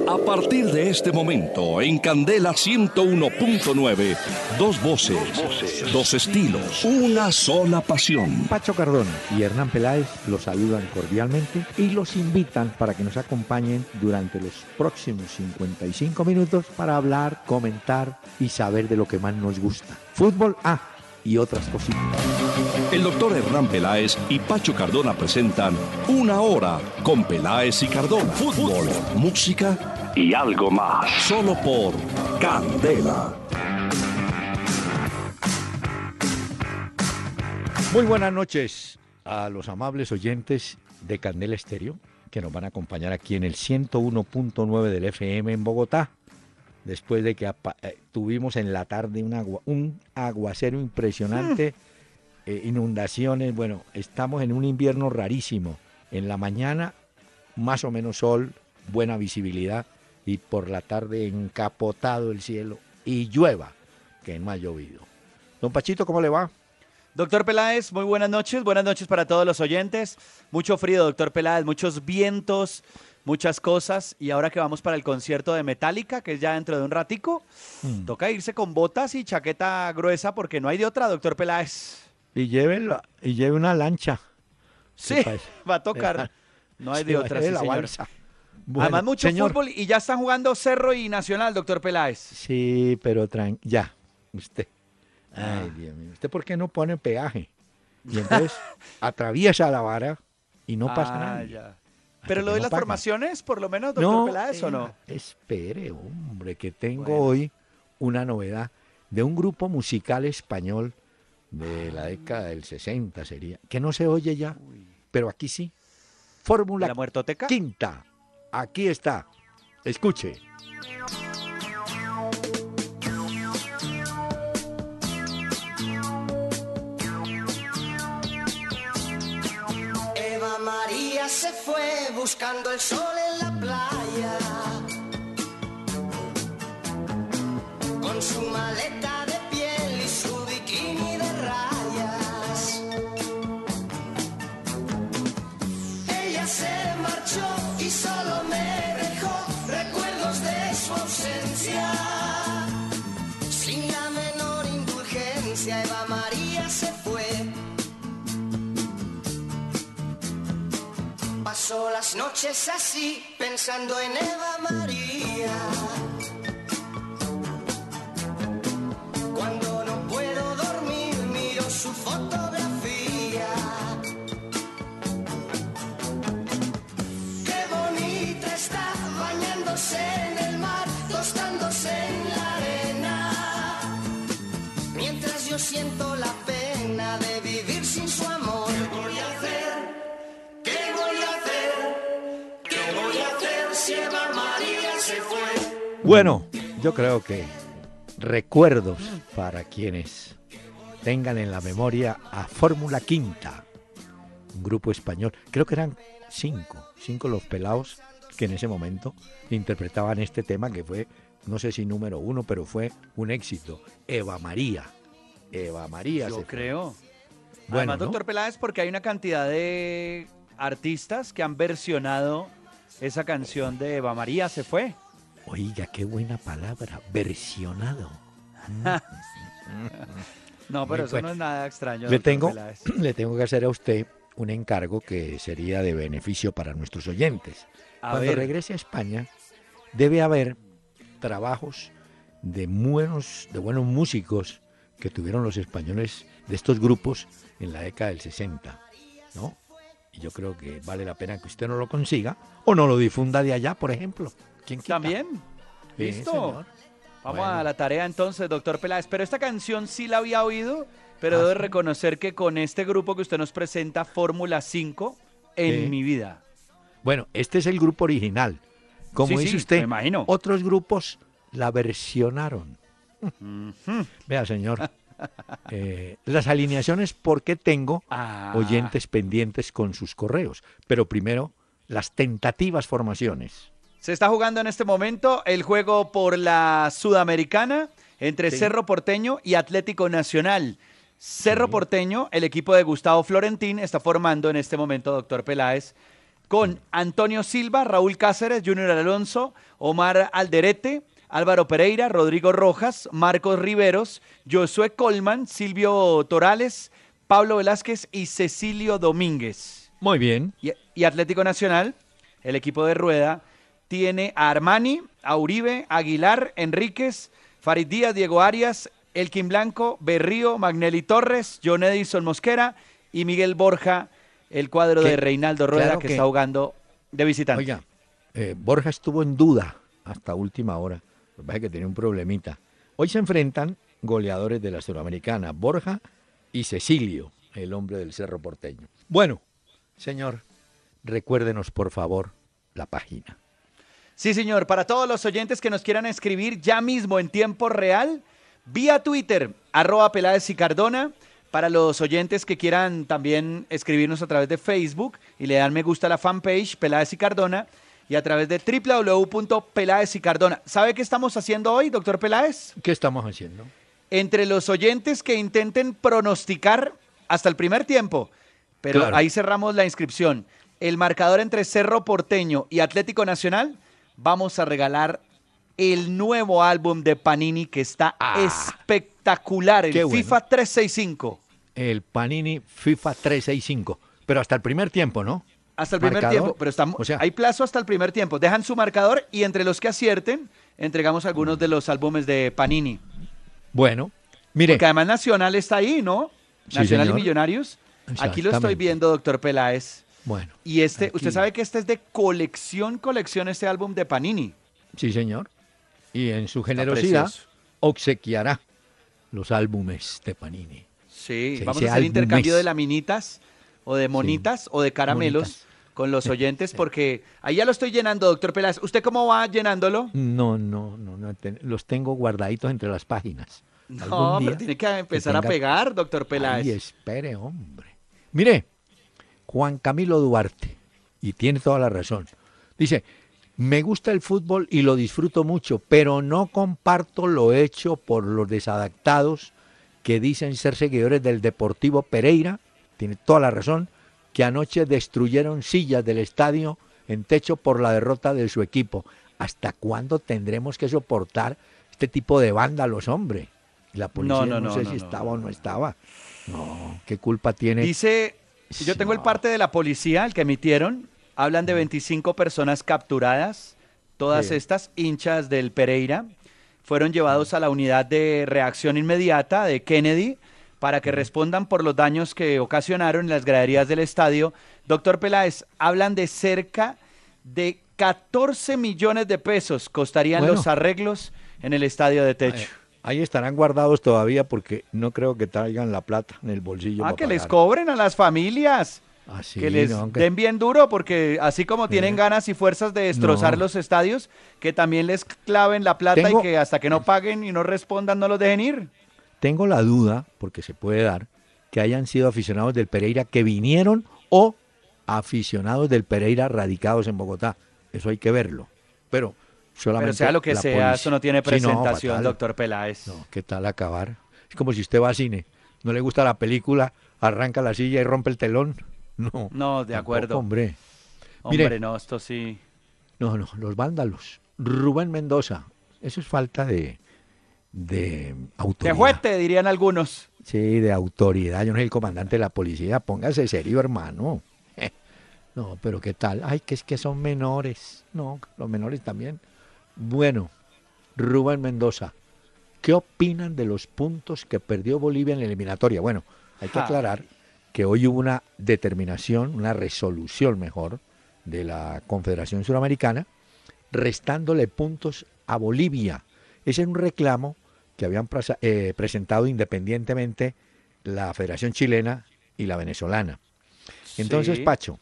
A partir de este momento, en Candela 101.9, dos voces, dos estilos, una sola pasión. Pacho Cardona y Hernán Peláez los saludan cordialmente y los invitan para que nos acompañen durante los próximos 55 minutos para hablar, comentar y saber de lo que más nos gusta. Fútbol, y otras cositas. El doctor Hernán Peláez y Pacho Cardona presentan Una Hora con Peláez y Cardona. Fútbol, música y algo más. Solo por Candela. Muy buenas noches a los amables oyentes de Candela Estéreo que nos van a acompañar aquí en el 101.9 del FM en Bogotá. Después de que tuvimos en la tarde un aguacero impresionante, inundaciones. Bueno, estamos en un invierno rarísimo. En la mañana más o menos sol, buena visibilidad, y por la tarde encapotado el cielo y llueva, que no ha llovido. Don Pachito, ¿cómo le va? Doctor Peláez, muy buenas noches para todos los oyentes. Mucho frío, doctor Peláez, muchos vientos, muchas cosas. Y ahora que vamos para el concierto de Metallica, que es ya dentro de un ratico, toca irse con botas y chaqueta gruesa porque no hay de otra, doctor Peláez. Y lleve una lancha. Sí, va a tocar. No hay de otra, sí, la señor. balsa. Bueno, además, mucho señor, fútbol y ya están jugando Cerro y Nacional, doctor Peláez. Sí, pero ya, usted. Ay, Dios mío. ¿Usted por qué no pone peaje? Y entonces atraviesa la vara y no pasa nada. Ya. Pero lo de las formaciones, por lo menos, doctor Peláez, ¿o no? Espere, hombre, que tengo hoy una novedad de un grupo musical español de la década del 60 sería, que no se oye ya, pero aquí sí. Fórmula ¿La Muertoteca? Quinta. Aquí está. Escuche. Eva María se fue buscando el sol en la playa, con su maleta de piel y su bikini de rayas. Ella se marchó y solo me dejó recuerdos de su ausencia. Sin la menor indulgencia, Eva María se fue. Pasó las noches así, pensando en Eva María. Cuando no puedo dormir, miro su fotografía. Qué bonita está, bañándose en el mar, tostándose en la arena. Mientras yo siento la pena de vivir sin su amor. ¿Qué voy a hacer? ¿Qué voy a hacer? ¿Qué voy a hacer si Eva María se fue? Bueno, yo creo que recuerdos para quienes tengan en la memoria a Fórmula Quinta, un grupo español. Creo que eran cinco los pelados que en ese momento interpretaban este tema que fue, no sé si número 1, pero fue un éxito. Eva María. Yo creo. Bueno, además, doctor Peláez, porque hay una cantidad de artistas que han versionado esa canción de Eva María se fue. Oiga, qué buena palabra, versionado. No, pero eso no es nada extraño. Le doctor Peláez. tengo que hacer a usted un encargo que sería de beneficio para nuestros oyentes. Cuando regrese a España, debe haber trabajos de buenos músicos que tuvieron los españoles de estos grupos en la década del 60, ¿no? Y yo creo que vale la pena que usted no lo consiga o no lo difunda de allá, por ejemplo. ¿Quién quita? ¿También? ¿Listo? Señor. Vamos Bueno. a la tarea entonces, doctor Peláez. Pero esta canción sí la había oído, pero debo sí. reconocer que con este grupo que usted nos presenta, Fórmula 5, en mi vida. Bueno, este es el grupo original. Como Sí, dice sí, usted, me imagino. otros grupos la versionaron. Vea, señor, las alineaciones porque tengo oyentes pendientes con sus correos. Pero primero, las tentativas formaciones. Se está jugando en este momento el juego por la Sudamericana entre Cerro Porteño y Atlético Nacional. Cerro Porteño, el equipo de Gustavo Florentín, está formando en este momento, doctor Peláez, con Antonio Silva, Raúl Cáceres, Junior Alonso, Omar Alderete, Álvaro Pereira, Rodrigo Rojas, Marcos Riveros, Josué Colman, Silvio Torales, Pablo Velázquez y Cecilio Domínguez. Muy bien. Y Atlético Nacional, el equipo de Rueda, tiene a Armani, a Uribe, Aguilar, Enríquez, Farid Díaz, Diego Arias, Elkin Blanco, Berrío, Magnelli Torres, John Edison Mosquera y Miguel Borja, el cuadro de Reinaldo Rueda, claro que está jugando de visitante. Oiga, Borja estuvo en duda hasta última hora. Lo que pasa es que tenía un problemita. Hoy se enfrentan goleadores de la Sudamericana, Borja y Cecilio, el hombre del Cerro Porteño. Bueno, señor, recuérdenos por favor la página. Sí, señor, para todos los oyentes que nos quieran escribir ya mismo en tiempo real, vía Twitter, @Peláez y Cardona. Para los oyentes que quieran también escribirnos a través de Facebook y le dan me gusta a la fanpage Peláez y Cardona, y a través de www.Peláez y Cardona. ¿Sabe qué estamos haciendo hoy, doctor Peláez? ¿Qué estamos haciendo? Entre los oyentes que intenten pronosticar hasta el primer tiempo, pero claro, ahí cerramos la inscripción, el marcador entre Cerro Porteño y Atlético Nacional, vamos a regalar el nuevo álbum de Panini que está espectacular, el FIFA 365. El Panini FIFA 365, pero hasta el primer tiempo, ¿no? Hasta el primer tiempo, pero estamos, hay plazo hasta el primer tiempo. Dejan su marcador y entre los que acierten, entregamos algunos de los álbumes de Panini. Bueno, mire. Porque además Nacional está ahí, ¿no? Sí, Nacional señor. Y Millonarios. Aquí lo estoy viendo, doctor Peláez. Bueno. Y usted sabe que este es de colección este álbum de Panini. Sí, señor. Y en su generosidad obsequiará los álbumes de Panini. Sí, vamos a hacer intercambio de laminitas o de monitas o de caramelos con los oyentes, porque ahí ya lo estoy llenando, doctor Peláez. ¿Usted cómo va llenándolo? No, los tengo guardaditos entre las páginas. No, pero tiene que empezar a pegar, doctor Peláez. Ay, espere, hombre. Mire, Juan Camilo Duarte, y tiene toda la razón, dice, me gusta el fútbol y lo disfruto mucho, pero no comparto lo hecho por los desadaptados que dicen ser seguidores del Deportivo Pereira, tiene toda la razón, que anoche destruyeron sillas del estadio en techo por la derrota de su equipo. ¿Hasta cuándo tendremos que soportar este tipo de vándalos, hombre? La policía no sé si estaba o no estaba. No, ¿qué culpa tiene? Dice, yo tengo el parte de la policía, el que emitieron, hablan de 25 personas capturadas, todas estas hinchas del Pereira, fueron llevados a la unidad de reacción inmediata de Kennedy para que respondan por los daños que ocasionaron en las graderías del estadio. Doctor Peláez, hablan de cerca de 14 millones de pesos costarían los arreglos en el estadio de techo. Ahí estarán guardados todavía porque no creo que traigan la plata en el bolsillo. Que les cobren a las familias. Que les den bien duro, porque así como tienen ganas y fuerzas de destrozar los estadios, que también les claven la plata y que hasta que no paguen y no respondan no los dejen ir. Tengo la duda, porque se puede dar, que hayan sido aficionados del Pereira que vinieron o aficionados del Pereira radicados en Bogotá. Eso hay que verlo. Pero solamente sea lo que sea, policía. Eso no tiene presentación, doctor Peláez. No, ¿qué tal acabar? Es como si usted va al cine, no le gusta la película, arranca la silla y rompe el telón. No, de acuerdo. Hombre, mire, no, esto sí. No, los vándalos. Rubén Mendoza, eso es falta de autoridad. ¡Qué fuerte! Dirían algunos. Sí, de autoridad. Yo no soy el comandante de la policía. Póngase serio, hermano. No, pero ¿qué tal? Ay, que es que son menores. No, los menores también. Bueno, Rubén Mendoza, ¿qué opinan de los puntos que perdió Bolivia en la eliminatoria? Bueno, hay que aclarar que hoy hubo una determinación, una resolución mejor, de la Confederación Suramericana, restándole puntos a Bolivia. Ese es un reclamo que habían presentado independientemente la Federación Chilena y la venezolana. Entonces, Pacho,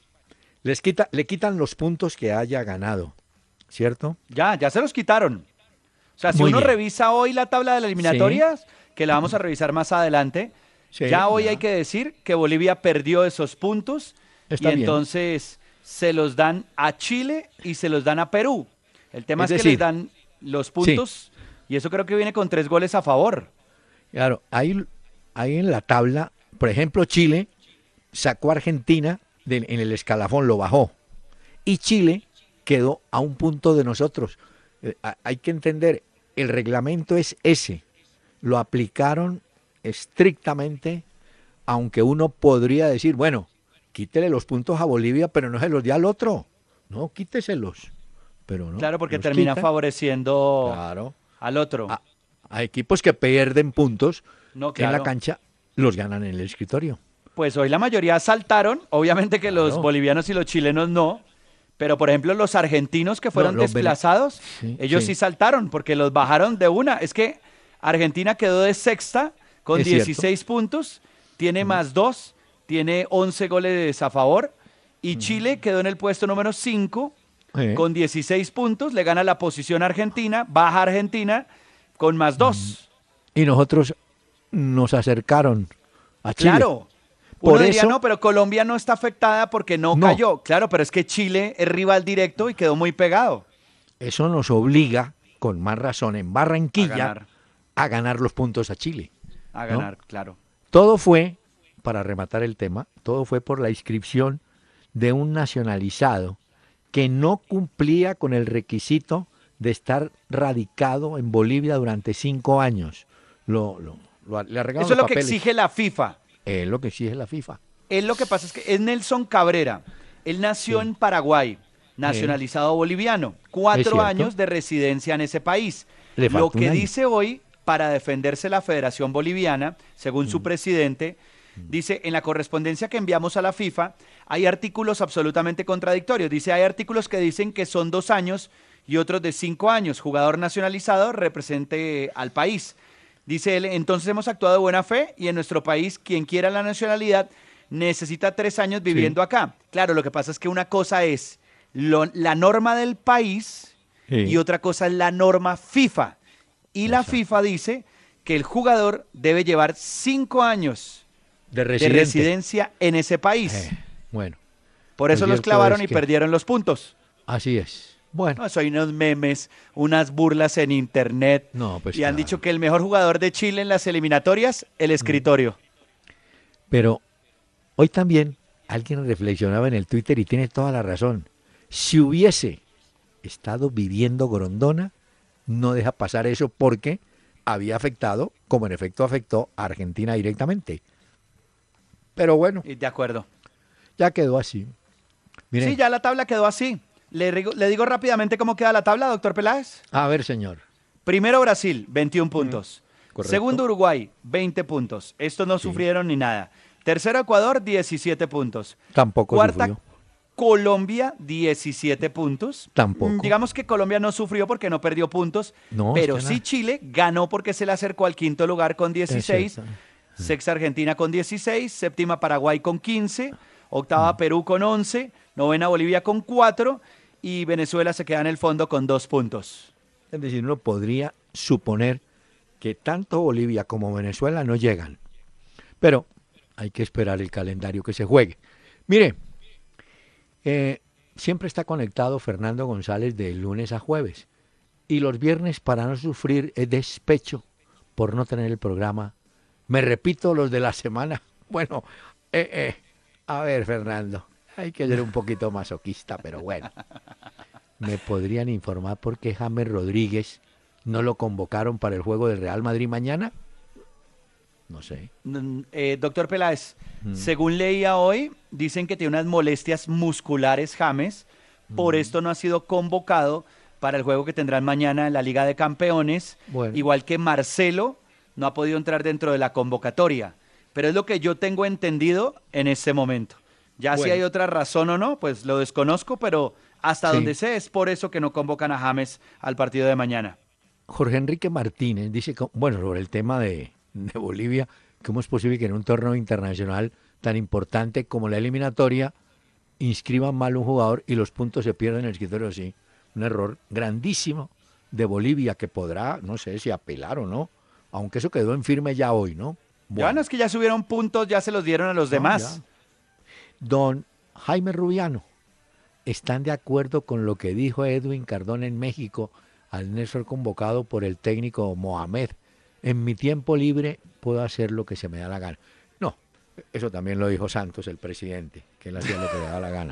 le quitan los puntos que haya ganado, ¿cierto? Ya se los quitaron. O sea, si uno revisa hoy la tabla de las eliminatorias, que la vamos a revisar más adelante, hoy hay que decir que Bolivia perdió esos puntos entonces se los dan a Chile y se los dan a Perú. El tema es que les dan los puntos y eso creo que viene con 3 goles a favor. Claro, ahí en la tabla, por ejemplo, Chile sacó a Argentina en el escalafón, lo bajó. y Chile quedó a un punto de nosotros. Hay que entender, el reglamento es ese, lo aplicaron estrictamente, aunque uno podría decir, bueno, quítele los puntos a Bolivia, pero no se los dé al otro, no, quíteselos, pero no. Claro, porque los termina quitan, favoreciendo claro, al otro. a equipos que pierden puntos No, en la claro. cancha, los ganan en el escritorio. Pues hoy la mayoría saltaron, obviamente que los Claro. bolivianos y los chilenos no, pero por ejemplo los argentinos que fueron los desplazados, Sí, ellos sí. sí saltaron porque los bajaron de una. Es que Argentina quedó de sexta con Es cierto. 16 puntos, tiene más 2, tiene 11 goles a favor y Chile quedó en el puesto número 5 con 16 puntos, le gana la posición a Argentina, baja Argentina con más 2. Y nosotros nos acercaron a Chile. Claro. Por Uno diría, eso- no, pero Colombia no está afectada porque no No. cayó. Claro, pero es que Chile es rival directo y quedó muy pegado. Eso nos obliga, con más razón, en Barranquilla, a ganar los puntos a Chile. A ¿no? ganar, claro. Todo fue, para rematar el tema, todo fue por la inscripción de un nacionalizado que no cumplía con el requisito de estar radicado en Bolivia durante 5 años. Le arreglaron Eso es los lo que papeles. exige la FIFA. Es lo que exige la FIFA. Es lo que pasa es que es Nelson Cabrera. Él nació en Paraguay, nacionalizado boliviano. 4 Es cierto. años de residencia en ese país. Le Lo falta un que año. dice hoy, para defenderse la Federación Boliviana, según su presidente, dice, en la correspondencia que enviamos a la FIFA, hay artículos absolutamente contradictorios. Dice, hay artículos que dicen que son 2 años y otros de 5 años. Jugador nacionalizado represente al país. Dice él, entonces hemos actuado de buena fe y en nuestro país quien quiera la nacionalidad necesita 3 años viviendo acá. Claro, lo que pasa es que una cosa es la norma del país Sí. y otra cosa es la norma FIFA. Y la Exacto. FIFA dice que el jugador debe llevar 5 años De de residente. residencia en ese país. Bueno, Por eso lo los cierto clavaron es y que- perdieron los puntos. así es. Bueno, No, eso hay unos memes, unas burlas en internet. No, pues y han claro. dicho que el mejor jugador de Chile en las eliminatorias, el escritorio. pero hoy también alguien reflexionaba en el Twitter y tiene toda la razón. Si hubiese estado viviendo Grondona, no deja pasar eso porque había afectado, como en efecto afectó a Argentina directamente. Pero bueno, Y de acuerdo. ya quedó así. Miren, Sí, ya la tabla quedó así. Le digo rápidamente cómo queda la tabla, doctor Peláez. a ver, señor. Primero Brasil, 21 puntos. correcto. Segundo Uruguay, 20 puntos. Estos no Sí. sufrieron ni nada. Tercero Ecuador, 17 puntos. Tampoco Cuarta sufrió. Colombia, 17 puntos. Tampoco. Digamos que Colombia no sufrió porque no perdió puntos, No, pero es que sí nada. Chile ganó porque se le acercó al quinto lugar con 16. cierto. Sexta Argentina con 16, séptima Paraguay con 15, octava Perú con 11, novena Bolivia con 4 y Venezuela se queda en el fondo con 2 puntos. Es decir, uno podría suponer que tanto Bolivia como Venezuela no llegan. Pero hay que esperar el calendario que se juegue. Mire, siempre está conectado Fernando González de lunes a jueves. Y los viernes, para no sufrir despecho por no tener el programa, me repito los de la semana. Bueno, a ver, Fernando, hay que ser un poquito masoquista, pero bueno. ¿Me podrían informar por qué James Rodríguez no lo convocaron para el juego del Real Madrid mañana? No sé. Doctor Peláez, según leía hoy, dicen que tiene unas molestias musculares James, por esto no ha sido convocado para el juego que tendrán mañana en la Liga de Campeones, Bueno. igual que Marcelo no ha podido entrar dentro de la convocatoria, pero es lo que yo tengo entendido en este momento. Ya si Bueno. hay otra razón o no, pues lo desconozco, pero hasta Sí. donde sé es por eso que no convocan a James al partido de mañana. Jorge Enrique Martínez dice, bueno, sobre el tema de Bolivia, ¿cómo es posible que en un torneo internacional tan importante como la eliminatoria inscriban mal un jugador y los puntos se pierden en el escritorio? Sí, un error grandísimo de Bolivia que podrá, no sé si apelar o no, aunque eso quedó en firme ya hoy, ¿no? Ya no es que ya subieron puntos, ya se los dieron a los No, demás. ya. Don Jaime Rubiano, ¿están de acuerdo con lo que dijo Edwin Cardona en México al no ser convocado por el técnico Mohamed? En mi tiempo libre puedo hacer lo que se me da la gana. No, eso también lo dijo Santos, el presidente, que él hacía lo que le da la gana.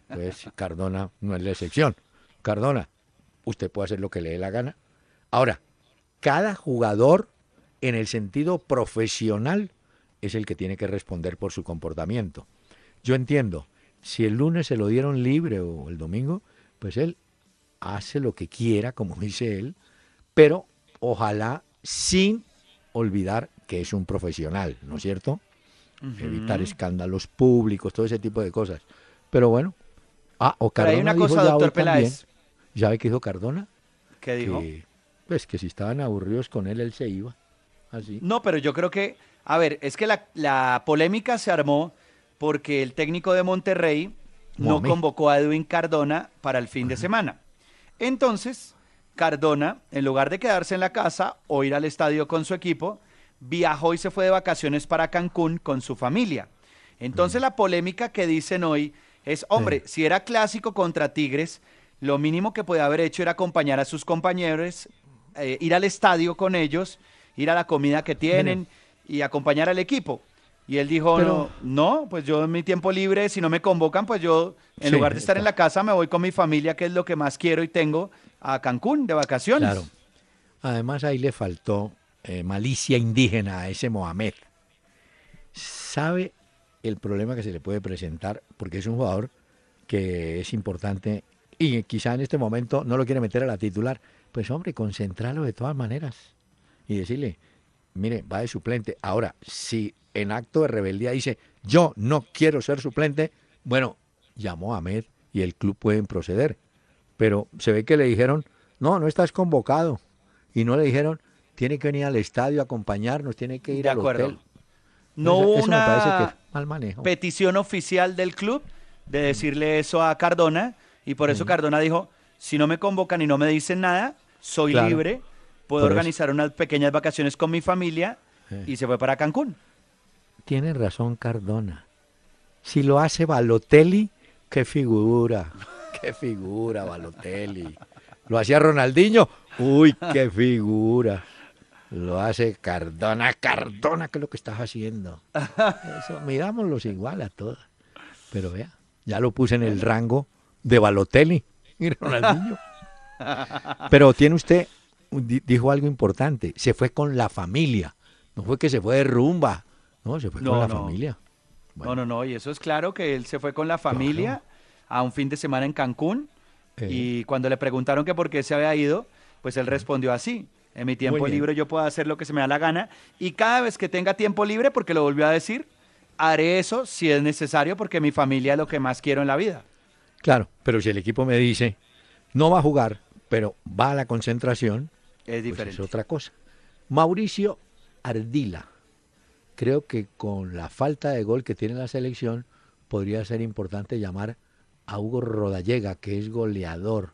Pues Cardona no es la excepción. Cardona, usted puede hacer lo que le dé la gana. Ahora, cada jugador en el sentido profesional es el que tiene que responder por su comportamiento. Yo entiendo, si el lunes se lo dieron libre o el domingo, pues él hace lo que quiera, como dice él, pero ojalá sin olvidar que es un profesional, ¿no es cierto? Evitar escándalos públicos, todo ese tipo de cosas. Pero bueno, o Pero hay Cardona una dijo cosa, ya doctor hoy también, Peláez. ¿sabe qué dijo Cardona? ¿Qué dijo? Pues que si estaban aburridos con él se iba, así. No, pero yo creo que, a ver, es que la polémica se armó porque el técnico de Monterrey no Mohamed. convocó a Edwin Cardona para el fin de semana. Entonces, Cardona, en lugar de quedarse en la casa o ir al estadio con su equipo, viajó y se fue de vacaciones para Cancún con su familia. Entonces, la polémica que dicen hoy es, hombre, si era clásico contra Tigres, lo mínimo que podía haber hecho era acompañar a sus compañeros, ir al estadio con ellos, ir a la comida que tienen y acompañar al equipo. Y él dijo, Pero- no, pues yo en mi tiempo libre, si no me convocan, pues yo, en Sí, lugar de estar en está. la casa, me voy con mi familia, que es lo que más quiero y tengo, a Cancún de vacaciones. Claro. Además ahí le faltó malicia indígena a ese Mohamed. ¿Sabe el problema que se le puede presentar? Porque es un jugador que es importante y quizá en este momento no lo quiere meter a la titular. Pues hombre, concentrarlo de todas maneras y decirle, mire, va de suplente. Ahora, si en acto de rebeldía dice, yo no quiero ser suplente, bueno, llamó a Mohamed y el club pueden proceder. Pero se ve que le dijeron, no, no estás convocado. Y no le dijeron, tiene que venir al estadio a acompañarnos, tiene que ir De al acuerdo. hotel. No hubo Eso me parece que una es mal manejo. petición oficial del club de decirle eso a Cardona y por eso Cardona dijo, si no me convocan y no me dicen nada, soy Claro. libre, puedo Por eso. organizar unas pequeñas vacaciones con mi familia y se fue para Cancún. Tiene razón Cardona. Si lo hace Balotelli, qué figura Balotelli. Lo hacía Ronaldinho, uy, qué figura. Lo hace Cardona, ¿qué es lo que estás haciendo? Eso, mirámoslos igual a todos. Pero vea, ya lo puse en el rango de Balotelli y Ronaldinho. Pero tiene usted, dijo algo importante, se fue con la familia. No fue que se fue de rumba, no, se fue No, con la no. familia. Bueno, No, y eso es claro que él se fue con la familia a un fin de semana en Cancún y cuando le preguntaron que por qué se había ido, pues él respondió así, en mi tiempo Muy bien. libre yo puedo hacer lo que se me da la gana y cada vez que tenga tiempo libre, porque lo volvió a decir, haré eso si es necesario porque mi familia es lo que más quiero en la vida. claro, pero si el equipo me dice, no va a jugar, pero va a la concentración, Es pues diferente. es otra cosa. Mauricio Ardila, creo que con la falta de gol que tiene la selección, podría ser importante llamar a Hugo Rodallega, que es goleador.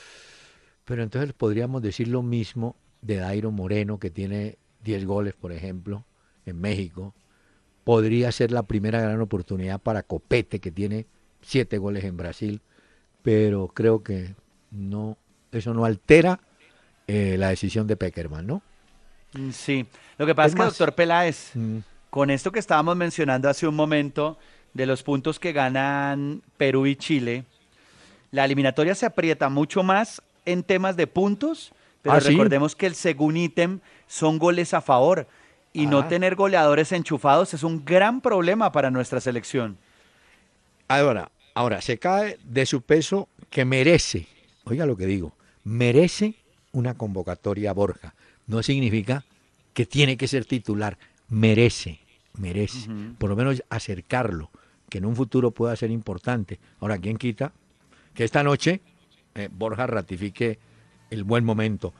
Pero entonces podríamos decir lo mismo de Dairo Moreno, que tiene 10 goles, por ejemplo, en México. Podría ser la primera gran oportunidad para Copete, que tiene 7 goles en Brasil. Pero creo que no, eso no altera la decisión de Peckerman, ¿no? Sí, lo que pasa Es es que, más, doctor Peláez, Mm, con esto que estábamos mencionando hace un momento, de los puntos que ganan Perú y Chile, la eliminatoria se aprieta mucho más en temas de puntos, pero ¿sí? recordemos que el segundo ítem son goles a favor y no tener goleadores enchufados es un gran problema para nuestra selección. Ahora, se cae de su peso que merece, oiga lo que digo, merece una convocatoria a Borja. No significa que tiene que ser titular, merece, por lo menos acercarlo, que en un futuro pueda ser importante. Ahora, ¿quién quita que esta noche Borja ratifique el buen momento?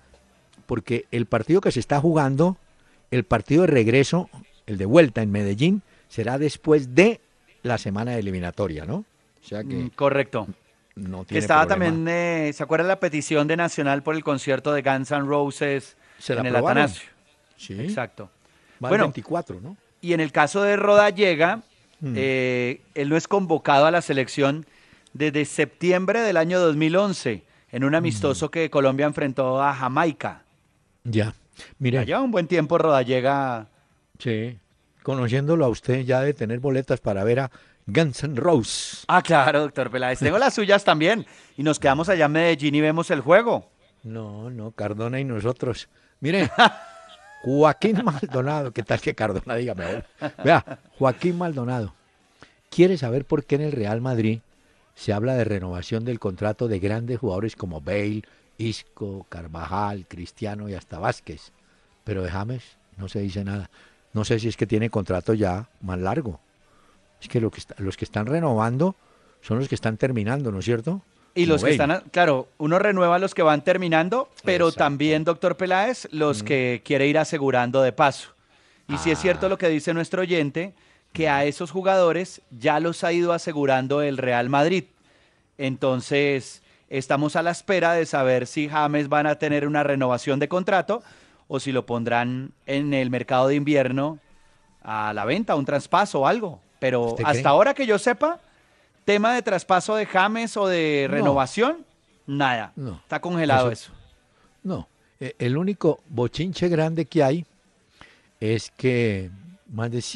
Porque el partido que se está jugando, el partido de regreso, el de vuelta en Medellín, será después de la semana eliminatoria, ¿no? O sea que Correcto. no Que tiene estaba problema. también, ¿se acuerda la petición de Nacional por el concierto de Guns N' Roses ¿Se la en el aprobaron? Atanasio? Sí, Exacto. va el Bueno, 24, ¿no? y en el caso de Rodallega, él no es convocado a la selección desde septiembre del año 2011, en un amistoso que Colombia enfrentó a Jamaica. Ya, Ya mire, lleva un buen tiempo Rodallega. sí, conociéndolo a usted ya de tener boletas para ver a Guns N' Roses. Ah, claro, doctor Peláez. Tengo las suyas también. Y nos quedamos allá en Medellín y vemos el juego. No, Cardona y nosotros. Mire, Joaquín Maldonado, ¿qué tal que Cardona diga mejor? Vea, Joaquín Maldonado quiere saber por qué en el Real Madrid se habla de renovación del contrato de grandes jugadores como Bale, Isco, Carvajal, Cristiano y hasta Vázquez. Pero de James no se dice nada. No sé si es que tiene contrato ya más largo. Es que los que están renovando son los que están terminando, ¿no es cierto? Y los que están, claro, uno renueva los que van terminando, pero Exacto. También, doctor Peláez, los que quiere ir asegurando de paso. Y sí es cierto lo que dice nuestro oyente, que a esos jugadores ya los ha ido asegurando el Real Madrid. Entonces, estamos a la espera de saber si James van a tener una renovación de contrato o si lo pondrán en el mercado de invierno a la venta, un traspaso o algo. Pero hasta ahora que yo sepa, tema de traspaso de James o de renovación, nada. No. Está congelado eso. No, el único bochinche grande que hay es que más de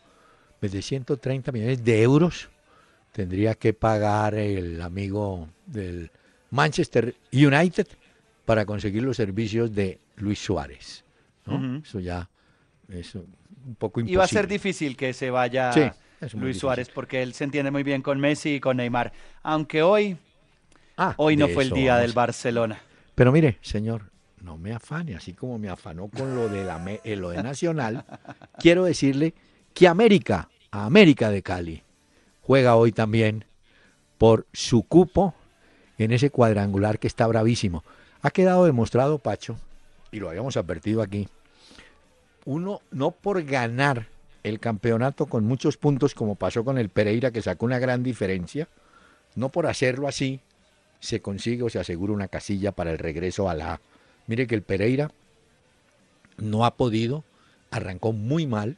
130 millones de euros tendría que pagar el amigo del Manchester United para conseguir los servicios de Luis Suárez, ¿no? Eso ya es un poco imposible. Y va a ser difícil que se vaya Luis Suárez porque él se entiende muy bien con Messi y con Neymar. Aunque hoy no fue el día del Barcelona. Pero mire, señor, no me afane, así como me afanó con lo de Nacional, quiero decirle que América de Cali, juega hoy también por su cupo en ese cuadrangular que está bravísimo. Ha quedado demostrado, Pacho, y lo habíamos advertido aquí, uno no por ganar el campeonato con muchos puntos como pasó con el Pereira que sacó una gran diferencia, no por hacerlo así se consigue o se asegura una casilla para el regreso a la A. Mire que el Pereira no ha podido, arrancó muy mal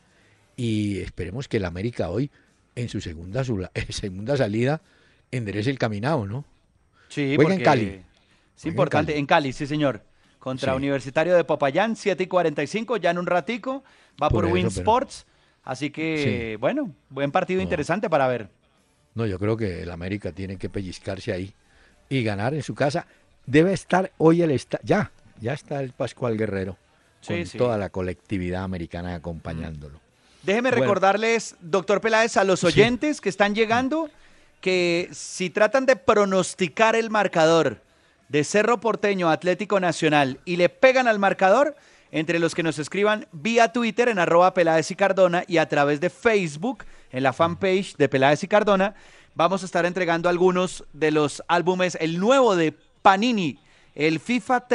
y esperemos que el América hoy en su segunda salida enderece el caminado, ¿no? Sí, juega en Cali. Es importante, en Cali, sí señor. Contra Universitario de Popayán, 7:45, ya en un ratico, va por Win Sports. Así que, bueno, buen partido interesante para ver. No, yo creo que el América tiene que pellizcarse ahí y ganar en su casa. Debe estar hoy ya está el Pascual Guerrero con toda la colectividad americana acompañándolo. Déjeme recordarles, doctor Peláez, a los oyentes que están llegando, que si tratan de pronosticar el marcador de Cerro Porteño Atlético Nacional y le pegan al marcador, entre los que nos escriban vía Twitter en @Peláez y Cardona y a través de Facebook en la fanpage de Peláez y Cardona, vamos a estar entregando algunos de los álbumes, el nuevo de Panini, el FIFA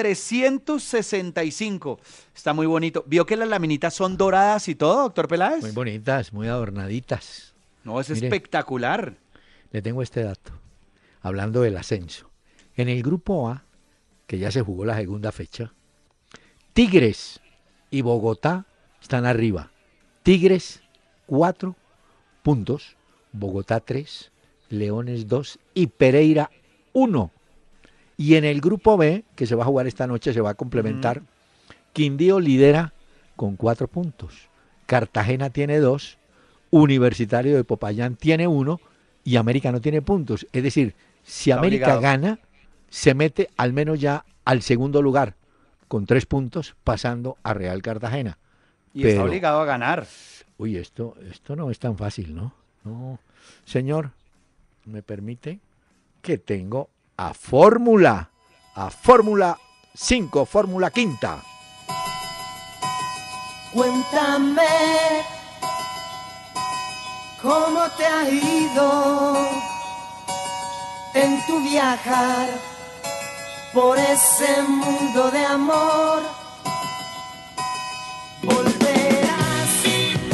365. Está muy bonito. ¿Vio que las laminitas son doradas y todo, doctor Peláez? Muy bonitas, muy adornaditas. No, es espectacular. Le tengo este dato, hablando del ascenso. En el grupo A, que ya se jugó la segunda fecha, Tigres y Bogotá están arriba. Tigres 4 puntos, Bogotá 3, Leones 2 y Pereira 1. Y en el grupo B, que se va a jugar esta noche, se va a complementar, Quindío lidera con 4 puntos, Cartagena tiene 2, Universitario de Popayán tiene 1 y América no tiene puntos. Es decir, si América gana, se mete al menos ya al segundo lugar, con 3 puntos, pasando a Real Cartagena. Y está obligado a ganar. Uy, esto no es tan fácil, ¿no? No. Señor, ¿me permite? Que tengo a Fórmula 5, Fórmula Quinta. Cuéntame cómo te ha ido en tu viajar por ese mundo de amor. Volverás,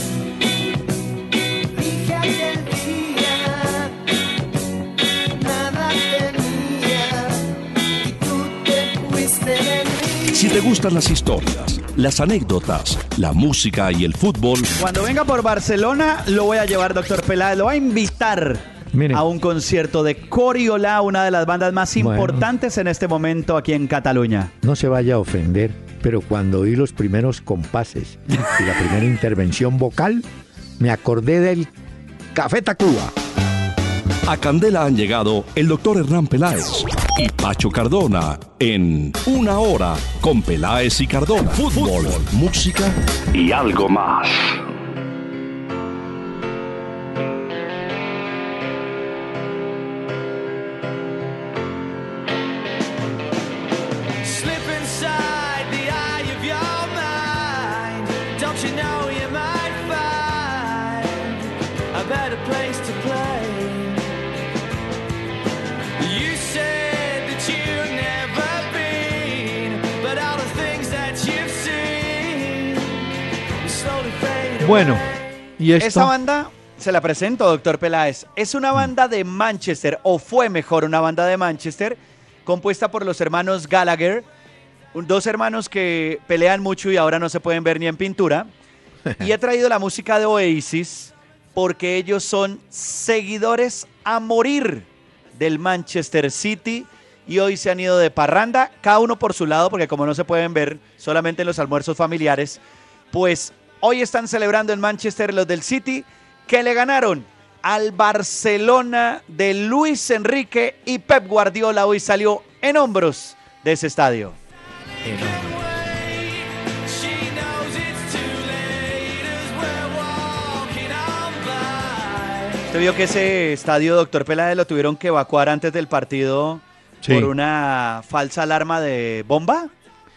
dije aquel día, nada tenía y tú te fuiste de mí. Si te gustan las historias, las anécdotas, la música y el fútbol, cuando venga por Barcelona lo voy a llevar, doctor Peláez, lo voy a invitar a un concierto de Coriola, una de las bandas más importantes en este momento aquí en Cataluña. No se vaya a ofender, pero cuando oí los primeros compases y la primera intervención vocal, me acordé del Café Tacuba. A Candela han llegado el doctor Hernán Peláez y Pacho Cardona en Una Hora con Peláez y Cardona. Fútbol, música y algo más. Bueno, y esto... Esa banda, se la presento, doctor Peláez, es una banda de Manchester, o fue mejor una banda de Manchester, compuesta por los hermanos Gallagher, dos hermanos que pelean mucho y ahora no se pueden ver ni en pintura. Y he traído la música de Oasis porque ellos son seguidores a morir del Manchester City y hoy se han ido de parranda, cada uno por su lado, porque como no se pueden ver solamente en los almuerzos familiares, pues hoy están celebrando en Manchester los del City, que le ganaron al Barcelona de Luis Enrique, y Pep Guardiola hoy salió en hombros de ese estadio. ¿Usted vio que ese estadio, doctor Peláez, lo tuvieron que evacuar antes del partido por una falsa alarma de bomba?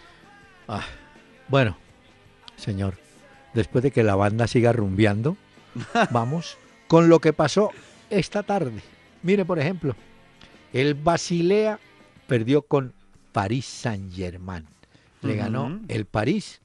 Bueno, señor, después de que la banda siga rumbeando, vamos con lo que pasó esta tarde. Mire, por ejemplo, el Basilea perdió con Paris Saint-Germain. Le ganó el París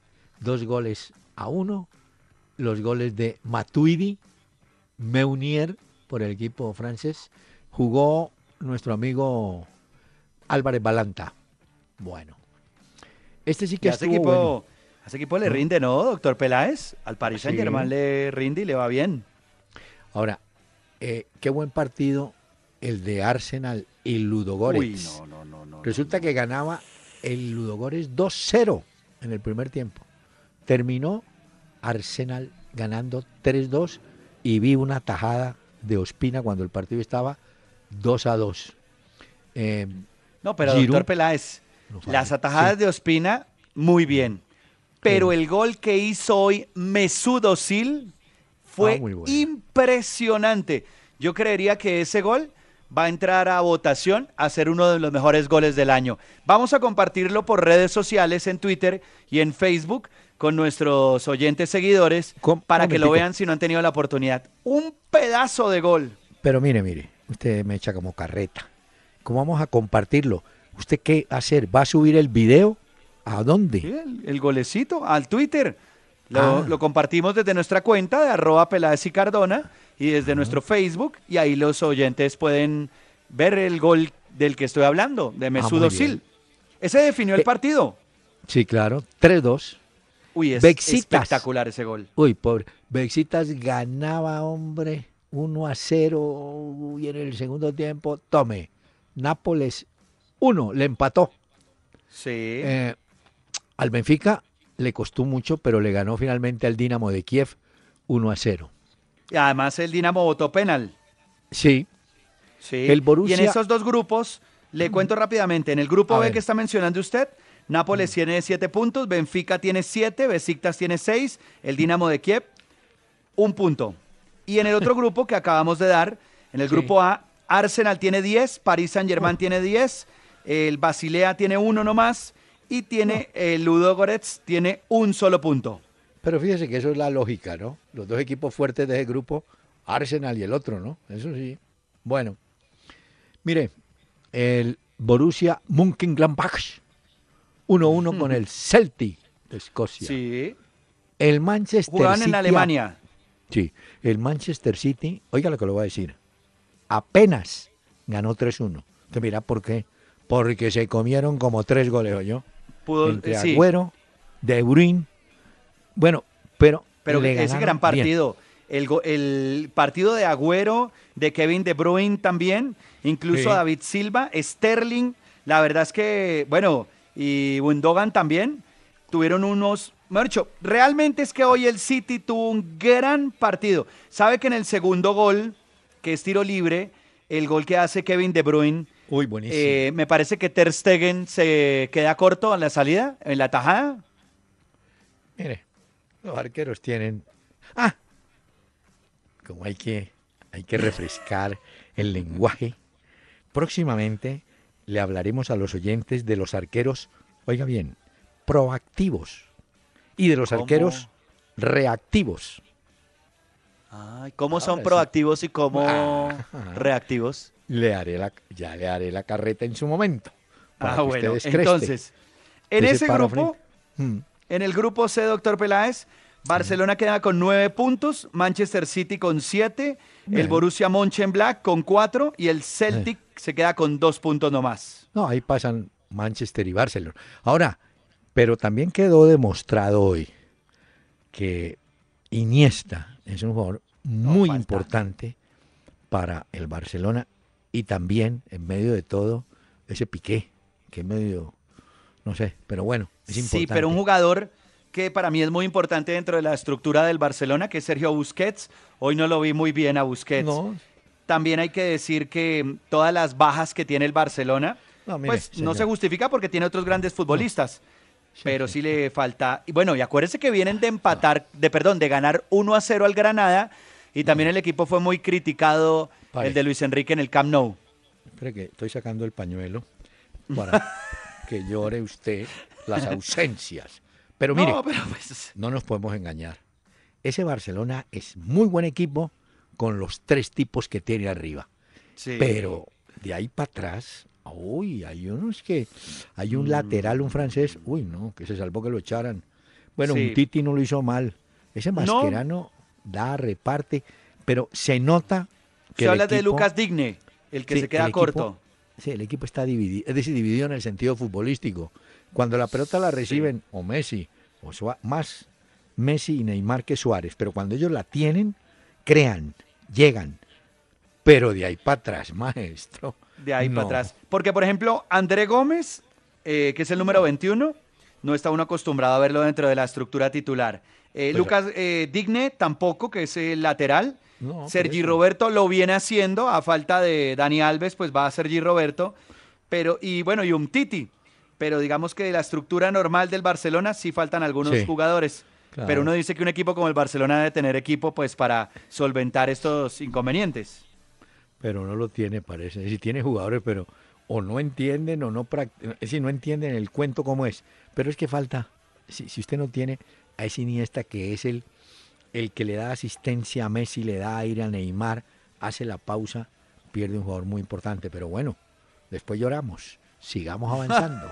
2-1. Los goles de Matuidi, Meunier por el equipo francés. Jugó nuestro amigo Álvarez Balanta. Bueno, este sí que estuvo bueno. A ese equipo le rinde, ¿no, doctor Peláez? Al Paris Saint-Germain le rinde y le va bien. Ahora, qué buen partido el de Arsenal y Ludogorets. Uy, no. Resulta que ganaba el Ludogorets 2-0 en el primer tiempo. Terminó Arsenal ganando 3-2 y vi una tajada de Ospina cuando el partido estaba 2-2. No, pero Giroud, doctor Peláez, las atajadas de Ospina, muy bien. Pero el gol que hizo hoy Mesut Özil fue impresionante. Yo creería que ese gol va a entrar a votación a ser uno de los mejores goles del año. Vamos a compartirlo por redes sociales, en Twitter y en Facebook, con nuestros oyentes seguidores, para que lo vean si no han tenido la oportunidad. Un pedazo de gol. Pero mire, usted me echa como carreta. ¿Cómo vamos a compartirlo? ¿Usted qué va a hacer? ¿Va a subir el video? ¿A dónde? Sí, el golecito, al Twitter. Lo compartimos desde nuestra cuenta de @Peláez y Cardona y desde nuestro Facebook, y ahí los oyentes pueden ver el gol del que estoy hablando, de Mesut Özil. Ese definió el partido. Sí, claro, 3-2. Uy, es espectacular ese gol. Uy, pobre. Bexitas ganaba, hombre, 1-0 y en el segundo tiempo, tome, Nápoles 1, le empató. Sí. Al Benfica le costó mucho, pero le ganó finalmente al Dinamo de Kiev 1-0. Y además el Dinamo votó penal. Sí. El Borussia... Y en esos dos grupos, le cuento rápidamente, en el grupo B que está mencionando usted, Nápoles tiene 7 puntos, Benfica tiene 7, Besiktas tiene 6, el Dinamo de Kiev 1 punto. Y en el otro grupo que acabamos de dar, en el grupo A, Arsenal tiene 10, Paris Saint-Germain tiene 10, el Basilea tiene 1 nomás, y tiene el Ludogorets tiene 1 solo punto. Pero fíjese que eso es la lógica, ¿no? Los dos equipos fuertes de ese grupo, Arsenal y el otro, ¿no? Eso sí. Bueno, mire, el Borussia Mönchengladbach 1-1 con el Celtic de Escocia. Sí. El Manchester Jugaban City. en Alemania. Sí, el Manchester City, oiga lo que le voy a decir, apenas ganó 3-1. ¿Usted mira por qué? Porque se comieron como 3 goles, ¿yo? Entre Agüero, De Bruyne. Bueno, pero ese gran partido, el partido de Agüero, de Kevin De Bruyne también, incluso David Silva, Sterling, la verdad es que, bueno, y Gundogan también, tuvieron unos mejor dicho, realmente es que hoy el City tuvo un gran partido. Sabe que en el segundo gol, que es tiro libre, el gol que hace Kevin De Bruyne, Uy, buenísimo. me parece que Ter Stegen se queda corto en la salida, en la tajada. Mire, los arqueros tienen... como hay que refrescar el lenguaje. Próximamente le hablaremos a los oyentes de los arqueros, oiga bien, proactivos y de los ¿Cómo? arqueros reactivos. Ay, ¿cómo son Ahora sí. proactivos y cómo reactivos? Ya le haré la carreta en su momento. Para que Bueno, usted descreste. entonces, en Usted se ese para grupo, frente. en el grupo C, doctor Peláez, Barcelona queda con 9 puntos, Manchester City con 7, el Bien. Borussia Mönchengladbach con 4 y el Celtic se queda con 2 puntos nomás. No, ahí pasan Manchester y Barcelona. Ahora, pero también quedó demostrado hoy que Iniesta es un jugador muy falta. importante para el Barcelona y también, en medio de todo, ese Piqué, que es medio, no sé, pero bueno, es importante. Sí, pero un jugador que para mí es muy importante dentro de la estructura del Barcelona, que es Sergio Busquets. Hoy no lo vi muy bien a Busquets. No, También hay que decir que todas las bajas que tiene el Barcelona, no, mire, pues no señor. se justifica porque tiene otros grandes futbolistas. Pero sí le falta. Y bueno, y acuérdese que vienen de empatar, de ganar 1-0 al Granada. Y también el equipo fue muy criticado, Pare. el de Luis Enrique en el Camp Nou. Espere que estoy sacando el pañuelo para que llore usted las ausencias. Pero mire, No, pero pues, no nos podemos engañar. Ese Barcelona es muy buen equipo con los 3 tipos que tiene arriba. sí. Pero de ahí para atrás, uy, hay unos que... Hay un lateral, un francés, uy, no, que se salvó que lo echaran. Bueno, Sí. un Titi no lo hizo mal. Ese Mascherano da, reparte, pero se nota que Se el habla de equipo- Lucas Digne, el que Sí, se queda el equipo- corto. Sí, el equipo está dividido, es decir, dividido en el sentido futbolístico. Cuando la pelota la reciben o Messi, o más Messi y Neymar que Suárez, pero cuando ellos la tienen, crean, llegan. Pero de ahí para atrás, maestro. De ahí para no. atrás. Porque, por ejemplo, André Gómez, que es el número 21, no está uno acostumbrado a verlo dentro de la estructura titular. Lucas Digne tampoco, que es el lateral. No, por Sergi eso. Roberto lo viene haciendo, a falta de Dani Alves, pues va a Sergi Roberto. Pero, y bueno, y Umtiti. Pero digamos que de la estructura normal del Barcelona sí faltan algunos Sí, jugadores. claro. Pero uno dice que un equipo como el Barcelona debe tener equipo pues para solventar estos inconvenientes. Pero no lo tiene, parece. Es decir, tiene jugadores, pero o no entienden o no practican. Es decir, no entienden el cuento como es. Pero es que falta, si usted no tiene a ese Iniesta que es el que le da asistencia a Messi, le da aire a Neymar, hace la pausa, pierde un jugador muy importante. Pero bueno, después lloramos. Sigamos avanzando.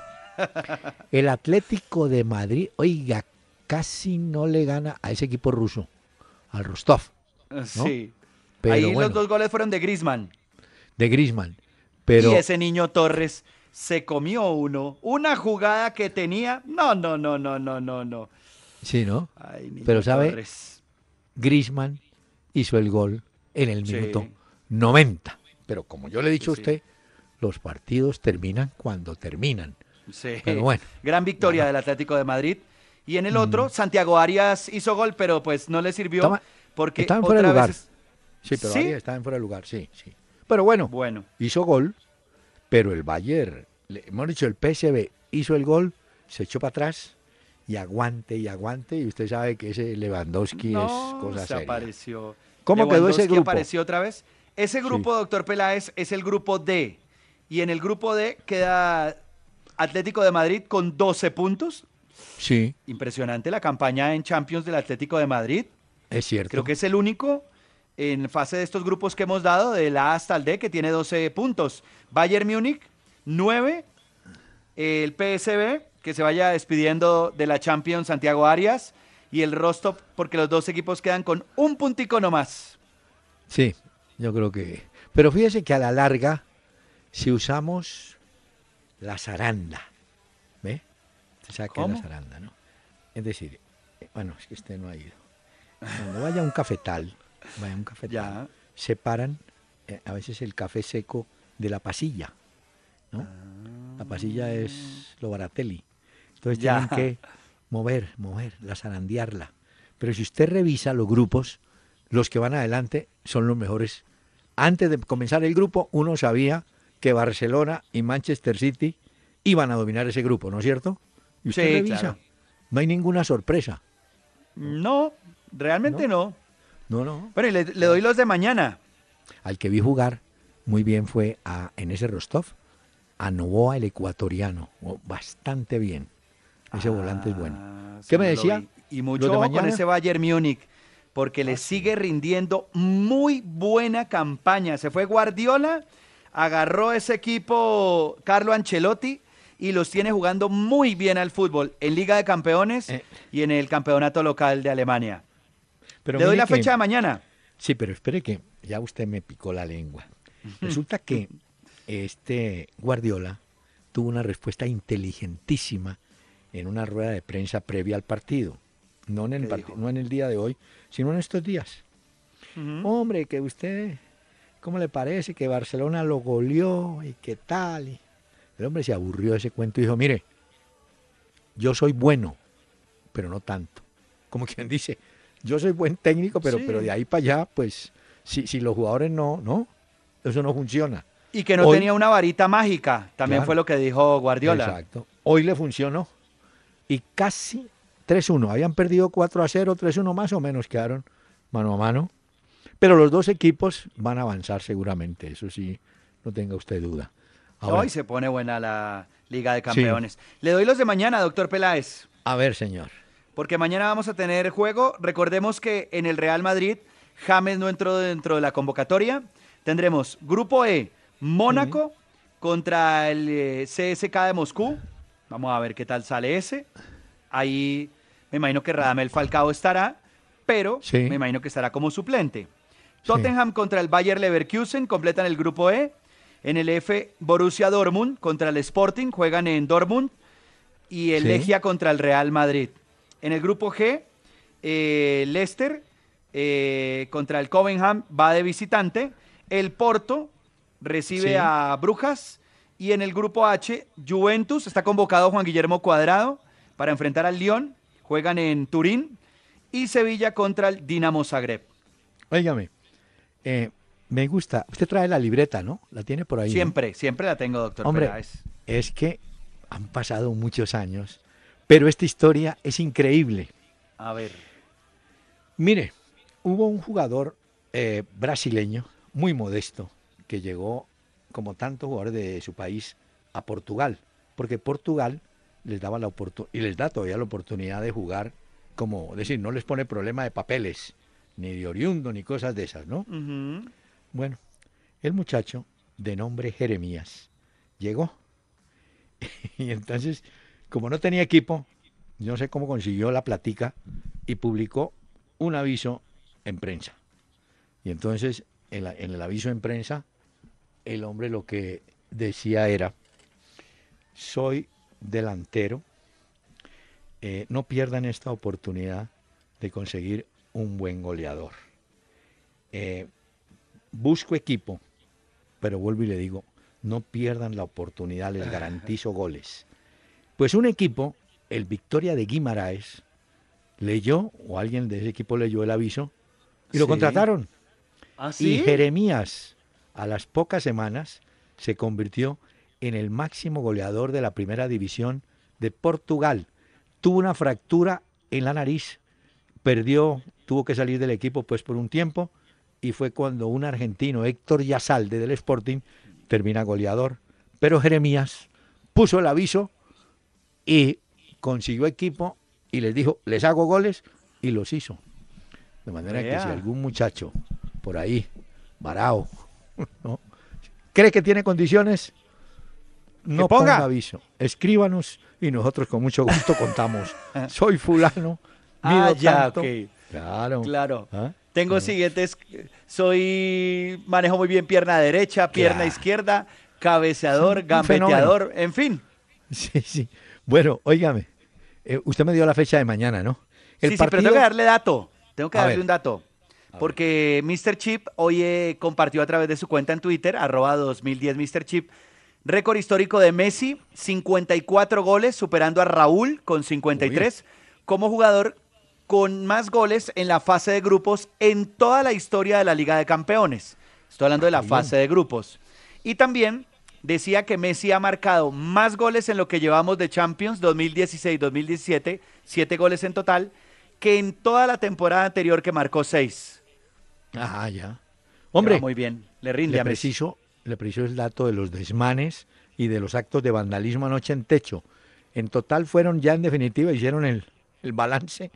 El Atlético de Madrid, oiga, casi no le gana a ese equipo ruso, al Rostov. Sí. Pero Ahí bueno, los 2 goles fueron de Griezmann. de Griezmann. Pero Y ese niño Torres se comió una jugada que tenía. No. sí, ¿no? Ay, niño Pero ¿sabe? Torres. Griezmann hizo el gol en el Sí. minuto 90. Pero como yo le he dicho a Sí. usted, los partidos terminan cuando terminan. Sí. Pero bueno. Gran victoria del Atlético de Madrid. Y en el otro, Santiago Arias hizo gol, pero pues no le sirvió Estaba- porque estaba en fuera de otra lugar. vez... Sí, pero ¿Sí? ahí estaba en fuera de lugar, sí. Pero bueno, Bueno, hizo gol, pero el Bayern, hemos dicho, el PSV hizo el gol, se echó para atrás y aguante, y usted sabe que ese Lewandowski es cosa se seria. apareció. ¿Cómo quedó ese Lewandowski grupo? apareció otra vez. Ese grupo, doctor Peláez, es el grupo D. Y en el grupo D queda Atlético de Madrid con 12 puntos. Sí, Impresionante la campaña en Champions del Atlético de Madrid. es cierto. Creo que es el único en fase de estos grupos que hemos dado, del A hasta el D, que tiene 12 puntos. Bayern Múnich, 9. El PSV, que se vaya despidiendo de la Champions, Santiago Arias. Y el Rostov, porque los dos equipos quedan con un puntico nomás. Sí, yo creo que... Pero fíjese que a la larga, si usamos la zaranda, ¿ve? Se sabe que es ¿Cómo? la zaranda, ¿no? Es decir, bueno, es que usted no ha ido. Cuando vaya a un cafetal, Ya. separan a veces el café seco de la pasilla, ¿no? La pasilla es lo baratelli. Entonces Ya. tienen que moverla, zarandearla. Pero si usted revisa los grupos, los que van adelante son los mejores. Antes de comenzar el grupo, uno sabía que Barcelona y Manchester City iban a dominar ese grupo, ¿no es cierto? Y usted revisa, claro. no hay ninguna sorpresa. No, realmente no. No. Bueno, y le doy los de mañana. Al que vi jugar muy bien fue en ese Rostov, a Novoa, el ecuatoriano. Bastante bien. Ese volante es bueno. Sí, ¿Qué me lo decía? vi. Y ¿Los mucho de ojo con mañana? ese Bayern Múnich, porque le sigue rindiendo muy buena campaña. Se fue Guardiola, agarró ese equipo Carlo Ancelotti y los tiene jugando muy bien al fútbol en Liga de Campeones y en el campeonato local de Alemania. Pero Le doy mire la que- fecha de mañana. Sí, pero espere que ya usted me picó la lengua. Resulta que este Guardiola tuvo una respuesta inteligentísima en una rueda de prensa previa al partido. No en el, ¿Qué dijo? no en el día de hoy, sino en estos días. Hombre, que usted, ¿cómo le parece que Barcelona lo goleó y qué tal? Y el hombre se aburrió de ese cuento y dijo, mire, yo soy bueno, pero no tanto. Como quien dice, yo soy buen técnico, pero, Sí. pero de ahí para allá, pues, si los jugadores no, eso no funciona. Y que no Hoy- tenía una varita mágica, también Claro. fue lo que dijo Guardiola. Exacto. Hoy le funcionó. Y casi 3-1. Habían perdido 4-0, 3-1 más o menos quedaron mano a mano. Pero los dos equipos van a avanzar seguramente. Eso sí, no tenga usted duda. Ahora, Hoy se pone buena la Liga de Campeones. Le doy los de mañana, doctor Peláez, a ver, señor. porque mañana vamos a tener juego. Recordemos que en el Real Madrid, James no entró dentro de la convocatoria. Tendremos Grupo E, Mónaco contra el CSKA de Moscú. Vamos a ver qué tal sale ese. Ahí me imagino que Radamel Falcao estará, pero Sí. me imagino que estará como suplente. Tottenham contra el Bayer Leverkusen completan el grupo E. En el F, Borussia Dortmund contra el Sporting, juegan en Dortmund. Y el Sí. Legia contra el Real Madrid. En el grupo G, Leicester contra el Covenham va de visitante. El Porto recibe Sí. a Brujas. Y en el grupo H, Juventus, está convocado Juan Guillermo Cuadrado para enfrentar al Lyon. Juegan en Turín. Y Sevilla contra el Dinamo Zagreb. Óigame, me gusta. Usted trae la libreta, ¿no? La tiene por ahí. ¿no? Siempre la tengo, doctor Hombre, Peláez. es que han pasado muchos años, pero esta historia es increíble. A ver. Mire, hubo un jugador brasileño muy modesto que llegó, como tantos jugadores de su país, a Portugal, porque Portugal les daba la oportunidad, y les da todavía la oportunidad de jugar, como decir, no les pone problema de papeles, ni de oriundo, ni cosas de esas, ¿no? Ujú. Bueno, el muchacho de nombre Jeremías llegó y entonces, como no tenía equipo, no sé cómo consiguió la platica y publicó un aviso en prensa. Y entonces, en el aviso en prensa, el hombre lo que decía era, soy delantero, no pierdan esta oportunidad de conseguir un buen goleador. Busco equipo, pero vuelvo y le digo, no pierdan la oportunidad, les garantizo goles. Pues un equipo, el Victoria de Guimaraes, leyó, o alguien de ese equipo leyó el aviso, y lo Sí. contrataron. ¿Ah, Y sí? Jeremías, a las pocas semanas, se convirtió en el máximo goleador de la primera división de Portugal. Tuvo una fractura en la nariz, tuvo que salir del equipo pues por un tiempo, y fue cuando un argentino, Héctor Yasalde del Sporting, termina goleador. Pero Jeremías puso el aviso y consiguió equipo y les dijo, les hago goles, y los hizo. De manera que Vea. si algún muchacho por ahí, varao, ¿no?, cree que tiene condiciones, no ponga. ponga aviso. Escríbanos y nosotros con mucho gusto contamos. Soy fulano, mido Ah, ya, tanto. ok. Claro. Claro. ¿Ah? Tengo siguientes. Manejo muy bien pierna derecha, pierna Claro. izquierda, cabeceador, Un gambeteador, en fin. Sí, sí. Bueno, óigame, usted me dio la fecha de mañana, ¿no? Sí, pero tengo que darle dato. Tengo que A darle ver. un dato. Porque Mr. Chip hoy compartió a través de su cuenta en Twitter, @2010 Mr. Chip, Récord histórico de Messi, 54 goles, superando a Raúl con 53, como jugador con más goles en la fase de grupos en toda la historia de la Liga de Campeones. Estoy hablando de la fase de grupos. Y también decía que Messi ha marcado más goles en lo que llevamos de Champions 2016-2017, 7 goles en total, que en toda la temporada anterior que marcó 6. Ah, ya. Hombre, muy bien, le rinde a Messi. Le preciso el dato de los desmanes y de los actos de vandalismo anoche en Techo. En total fueron ya en definitiva, hicieron el balance,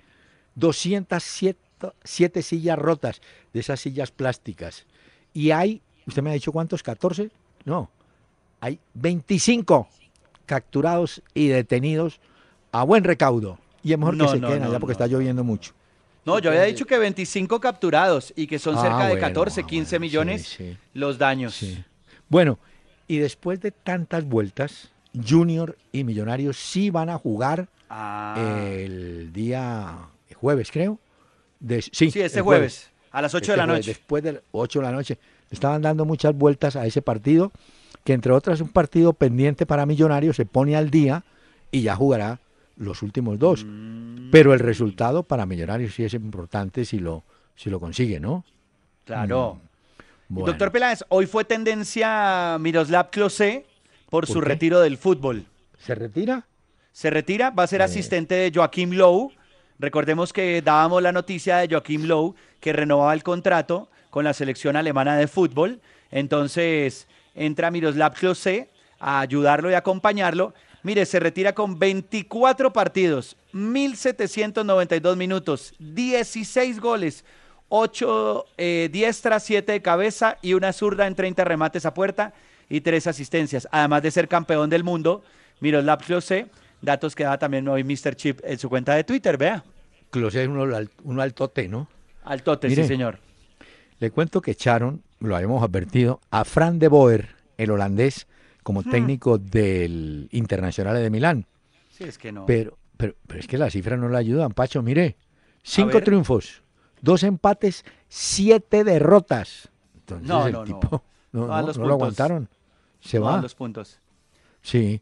207 sillas rotas de esas sillas plásticas. Y hay, ¿usted me ha dicho cuántos? ¿14? No, hay 25 capturados y detenidos a buen recaudo. Y es mejor que se queden allá porque está lloviendo mucho. No, yo había dicho que 25 capturados y que son cerca de 14, 15 millones los daños. Sí. Bueno, y después de tantas vueltas, Junior y Millonarios sí van a jugar el día jueves, creo. Sí, ese jueves, a las 8 de la noche. Después de las 8 de la noche. Estaban dando muchas vueltas a ese partido, que entre otras es un partido pendiente para Millonarios, se pone al día y ya jugará los últimos 2. Pero el resultado para Millonarios sí es importante si lo consigue, ¿no? Claro. Bueno. Doctor Peláez, hoy fue tendencia Miroslav Klose por su retiro del fútbol. ¿Se retira? Se retira, va a ser asistente de Joachim Löw. Recordemos que dábamos la noticia de Joachim Löw que renovaba el contrato con la selección alemana de fútbol. Entonces entra Miroslav Klose a ayudarlo y acompañarlo. Mire, se retira con 24 partidos, 1.792 minutos, 16 goles, 8 diestras, 7 de cabeza y una zurda en 30 remates a puerta y 3 asistencias. Además de ser campeón del mundo, Miroslav Klose, datos que da también hoy Mr. Chip en su cuenta de Twitter, vea. Klose es uno altote, ¿no? Altote, mire, sí señor. Le cuento que echaron, lo habíamos advertido, a Fran de Boer, el holandés, como técnico del Internacional de Milán. Sí, es que no. Pero es que las cifras no le ayudan, Pacho. Mire, 5 triunfos, 2 empates, 7 derrotas. Entonces el tipo no lo aguantaron. Se va. A los puntos. Sí.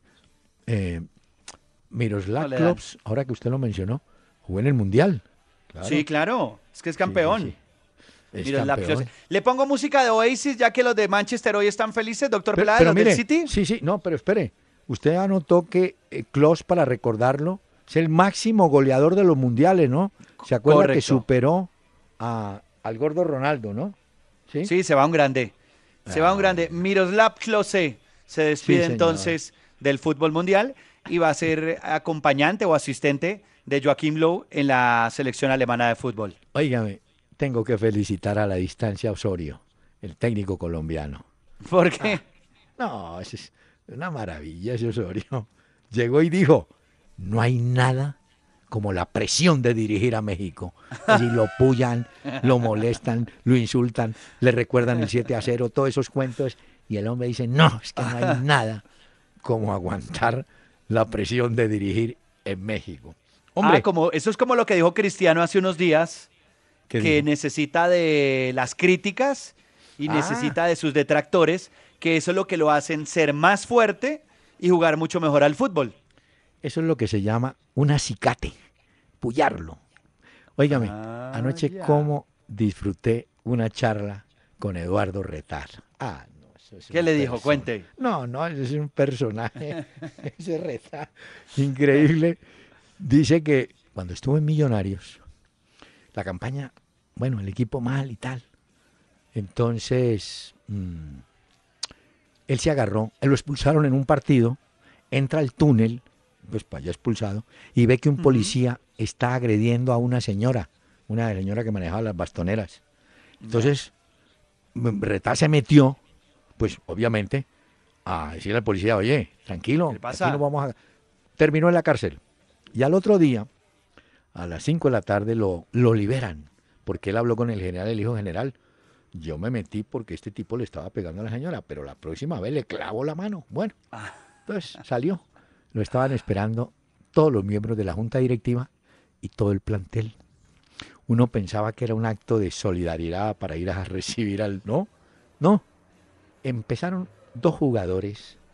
Miroslav Klose, ahora que usted lo mencionó, jugó en el Mundial. Claro. Sí, claro. Es que es campeón. Sí. Le pongo música de Oasis, ya que los de Manchester hoy están felices, doctor Peláez, pero los mire, del City. Sí, no, pero espere. Usted anotó que Klose, para recordarlo, es el máximo goleador de los mundiales, ¿no? ¿Se acuerda? Correcto. Que superó al gordo Ronaldo, ¿no? Sí, se va un grande. Miroslav Klose se despide entonces del fútbol mundial y va a ser acompañante o asistente de Joachim Löw en la selección alemana de fútbol. Óigame, tengo que felicitar a la distancia a Osorio, el técnico colombiano. ¿Por qué? No, es una maravilla ese Osorio. Llegó y dijo, no hay nada como la presión de dirigir a México. Y lo pullan, lo molestan, lo insultan, le recuerdan el 7-0, todos esos cuentos. Y el hombre dice, no, es que no hay nada como aguantar la presión de dirigir en México. Hombre, eso es como lo que dijo Cristiano hace unos días, que necesita de las críticas y necesita de sus detractores, que eso es lo que lo hacen ser más fuerte y jugar mucho mejor al fútbol. Eso es lo que se llama un acicate, pullarlo. Óigame, anoche cómo disfruté una charla con Eduardo Retal. ¿Qué le dijo? Cuente. No, es un personaje, ese Retal, increíble. Dice que cuando estuvo en Millonarios, la campaña, el equipo mal y tal. Entonces, él se agarró, lo expulsaron en un partido, entra al túnel, pues para allá expulsado, y ve que un policía está agrediendo a una señora que manejaba las bastoneras. Entonces, Retal se metió, pues obviamente, a decirle al policía, oye, tranquilo, ¿qué pasa? Aquí no vamos a... Terminó en la cárcel. Y al otro día, a las 5 de la tarde, lo liberan, porque él habló con el general, el hijo general. Yo me metí porque este tipo le estaba pegando a la señora, pero la próxima vez le clavo la mano. Bueno, entonces salió. Lo estaban esperando todos los miembros de la junta directiva y todo el plantel. Uno pensaba que era un acto de solidaridad para ir a recibir al... No. Empezaron 2 jugadores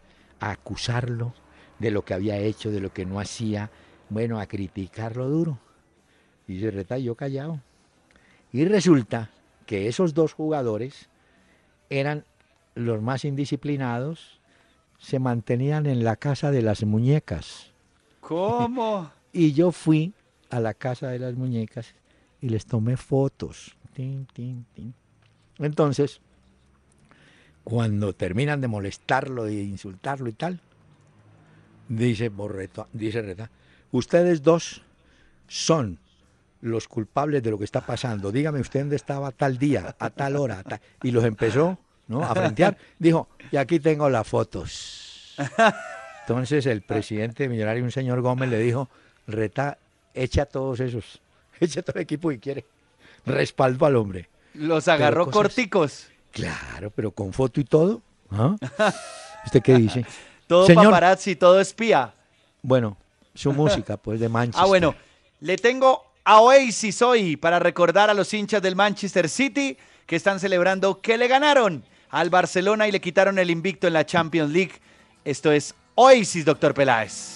a acusarlo de lo que había hecho, de lo que no hacía, bueno, a criticarlo duro. Y se retalló callado. Y resulta que esos dos jugadores eran los más indisciplinados, se mantenían en la casa de las muñecas. ¿Cómo? Y yo fui a la casa de las muñecas y les tomé fotos. Tin, tin, tin. Entonces, cuando terminan de molestarlo y insultarlo y tal, dice Reta, ustedes dos son los culpables de lo que está pasando. Dígame usted dónde estaba tal día, a tal hora. Y los empezó, ¿no?, a frentear. Dijo, y aquí tengo las fotos. Entonces el presidente de Millonarios, un señor Gómez, le dijo, Reta, echa todos esos, echa todo el equipo que quiere. Respaldo al hombre. Los agarró corticos. Claro, pero con foto y todo. ¿Ah? ¿Usted qué dice? Todo señor, paparazzi, todo espía. Bueno, su música, pues, de Manchester. Ah, bueno, le tengo a Oasis hoy para recordar a los hinchas del Manchester City que están celebrando que le ganaron al Barcelona y le quitaron el invicto en la Champions League. Esto es Oasis, doctor Peláez.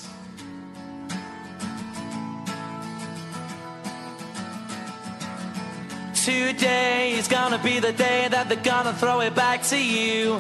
Today is gonna be the day that they're gonna throw it back to you.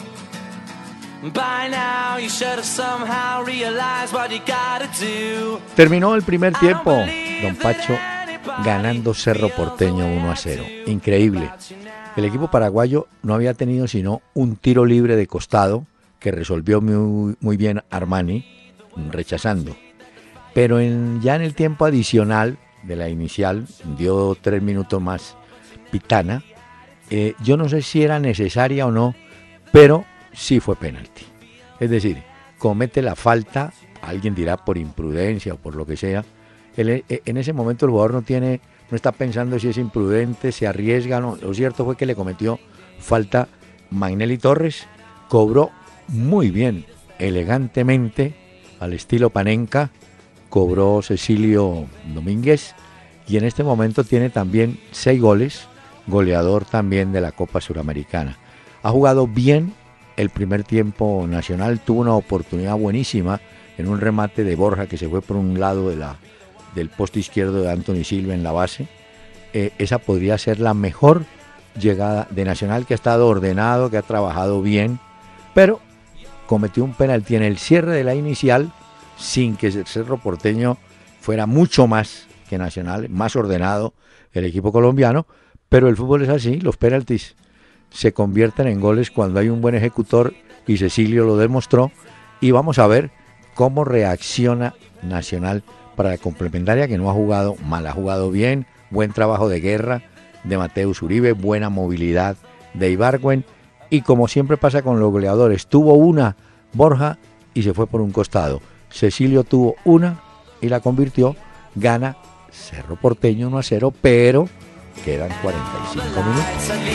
By now you should have somehow realized what you gotta do. Terminó el primer tiempo, don Pacho, ganando Cerro Porteño 1-0. Increíble. El equipo paraguayo no había tenido sino un tiro libre de costado que resolvió muy bien Armani, rechazando. Pero ya en el tiempo adicional de la inicial, dio 3 minutos más Pitana. Yo no sé si era necesaria o no, pero sí fue penalti. Es decir, comete la falta, alguien dirá por imprudencia o por lo que sea. En ese momento el jugador no está pensando si es imprudente, se arriesga, no. Lo cierto fue que le cometió falta Magnelli Torres, cobró muy bien, elegantemente, al estilo Panenka, cobró Cecilio Domínguez, y en este momento tiene también 6 goles, goleador también de la Copa Suramericana. Ha jugado bien el primer tiempo Nacional, tuvo una oportunidad buenísima en un remate de Borja que se fue por un lado del poste izquierdo de Anthony Silva en la base. Esa podría ser la mejor llegada de Nacional, que ha estado ordenado, que ha trabajado bien, pero cometió un penalti en el cierre de la inicial sin que el Cerro Porteño fuera mucho más que Nacional, más ordenado el equipo colombiano, pero el fútbol es así, los penaltis se convierten en goles cuando hay un buen ejecutor y Cecilio lo demostró, y vamos a ver cómo reacciona Nacional para la complementaria, que no ha jugado mal, ha jugado bien, buen trabajo de Guerra, de Mateus Uribe, buena movilidad de Ibargüen, y como siempre pasa con los goleadores, tuvo una Borja y se fue por un costado. Cecilio tuvo una y la convirtió, gana Cerro Porteño 1-0, pero quedan 45 minutos.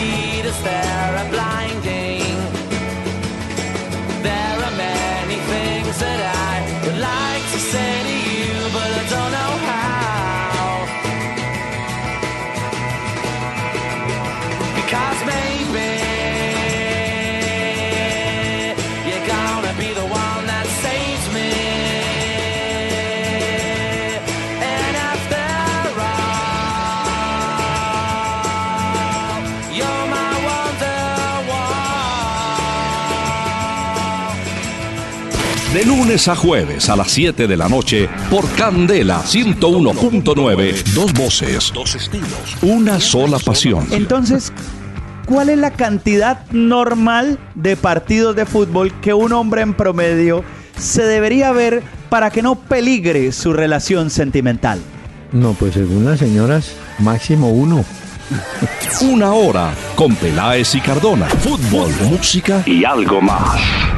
De lunes a jueves a las 7 de la noche por Candela 101.9. Dos voces, dos estilos, una sola pasión. Entonces, ¿cuál es la cantidad normal de partidos de fútbol que un hombre en promedio se debería ver para que no peligre su relación sentimental? No, pues según las señoras, máximo 1. Una hora con Peláez y Cardona. Fútbol, música y algo más.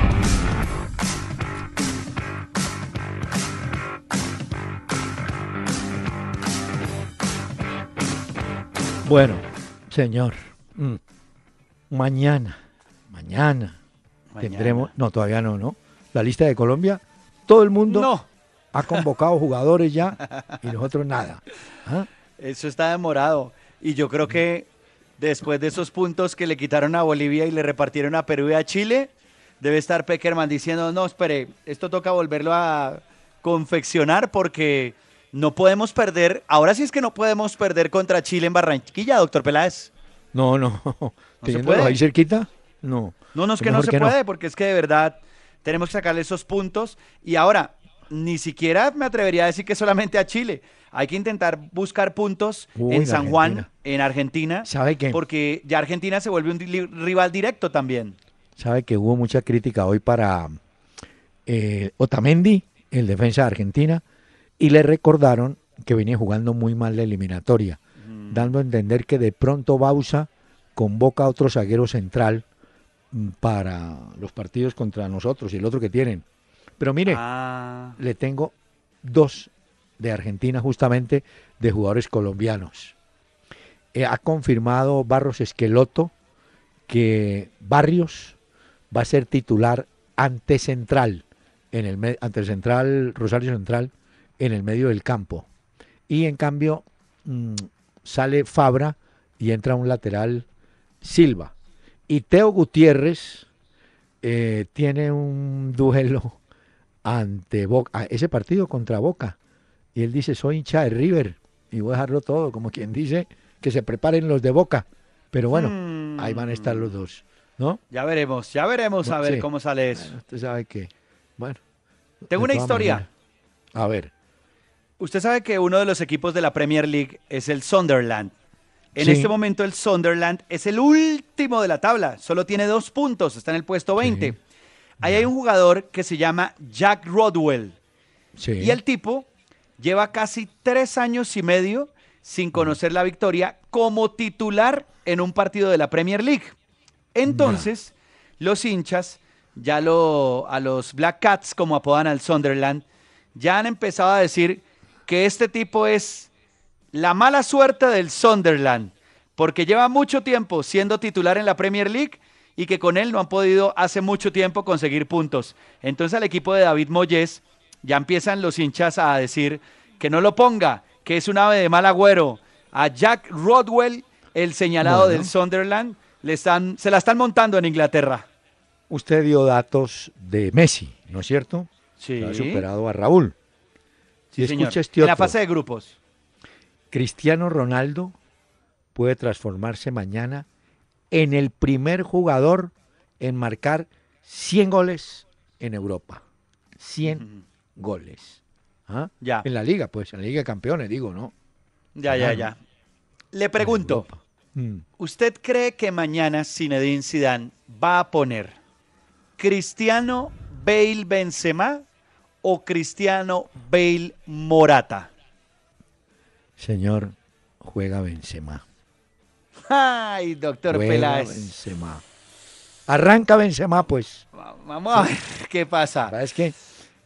Bueno, señor, mañana tendremos, no, todavía no, la lista de Colombia, todo el mundo ha convocado jugadores ya y nosotros nada. ¿Ah? Eso está demorado, y yo creo que después de esos puntos que le quitaron a Bolivia y le repartieron a Perú y a Chile, Debe estar Peckerman diciendo, no, espere, esto toca volverlo a confeccionar porque no podemos perder. Ahora sí es que no podemos perder contra Chile en Barranquilla, doctor Peláez. No, teniéndolo puede. ahí cerquita, no. No, es que no se puede, porque es que de verdad tenemos que sacarle esos puntos. Y ahora, ni siquiera me atrevería a decir que solamente a Chile. Hay que intentar buscar puntos en San Juan, en Argentina. ¿Sabe qué? Porque ya Argentina se vuelve un rival directo también. Sabe que hubo mucha crítica hoy para Otamendi, el defensa de Argentina, y le recordaron que venía jugando muy mal la eliminatoria, dando a entender que de pronto Bausa convoca a otro zaguero central para los partidos contra nosotros y el otro que tienen. Pero mire, le tengo dos de Argentina justamente de jugadores colombianos. Ha confirmado Barros Esqueloto que Barrios va a ser titular ante Central, ante el Central, Rosario Central, en el medio del campo. Y en cambio sale Fabra y entra un lateral Silva. Y Teo Gutiérrez tiene un duelo ante Boca, ese partido contra Boca. Y él dice, soy hincha de River y voy a dejarlo todo, como quien dice, que se preparen los de Boca. Pero bueno, ahí van a estar los dos, ¿no? Ya veremos a ver cómo sale eso. Bueno, usted sabe que, bueno. Tengo una historia. Manera. A ver. Usted sabe que uno de los equipos de la Premier League es el Sunderland. En Sí. este momento el Sunderland es el último de la tabla, solo tiene 2 puntos, está en el puesto 20. Sí. Ahí hay un jugador que se llama Jack Rodwell. Sí. Y el tipo lleva casi 3 años y medio sin conocer la victoria como titular en un partido de la Premier League. Entonces, los hinchas, a los Black Cats, como apodan al Sunderland, ya han empezado a decir que este tipo es la mala suerte del Sunderland, porque lleva mucho tiempo siendo titular en la Premier League y que con él no han podido hace mucho tiempo conseguir puntos. Entonces al equipo de David Moyes ya empiezan los hinchas a decir que no lo ponga, que es un ave de mal agüero. A Jack Rodwell, el señalado del Sunderland, se la están montando en Inglaterra. Usted dio datos de Messi, ¿no es cierto? Sí. Ha superado a Raúl. Sí, y señor. escucha este En la otro. fase de grupos. Cristiano Ronaldo puede transformarse mañana en el primer jugador en marcar 100 goles en Europa. 100 goles. ¿Ah? Ya. En la liga, pues, en la Liga de Campeones, digo, ¿no? Ya. Le pregunto, ¿usted cree que mañana Zinedine Zidane va a poner Cristiano Bale Benzema o Cristiano Bale Morata? Señor, juega Benzema. Ay, doctor Juega Peláez. Benzema. Arranca Benzema, pues. Vamos a ver qué pasa. ¿Sabes qué?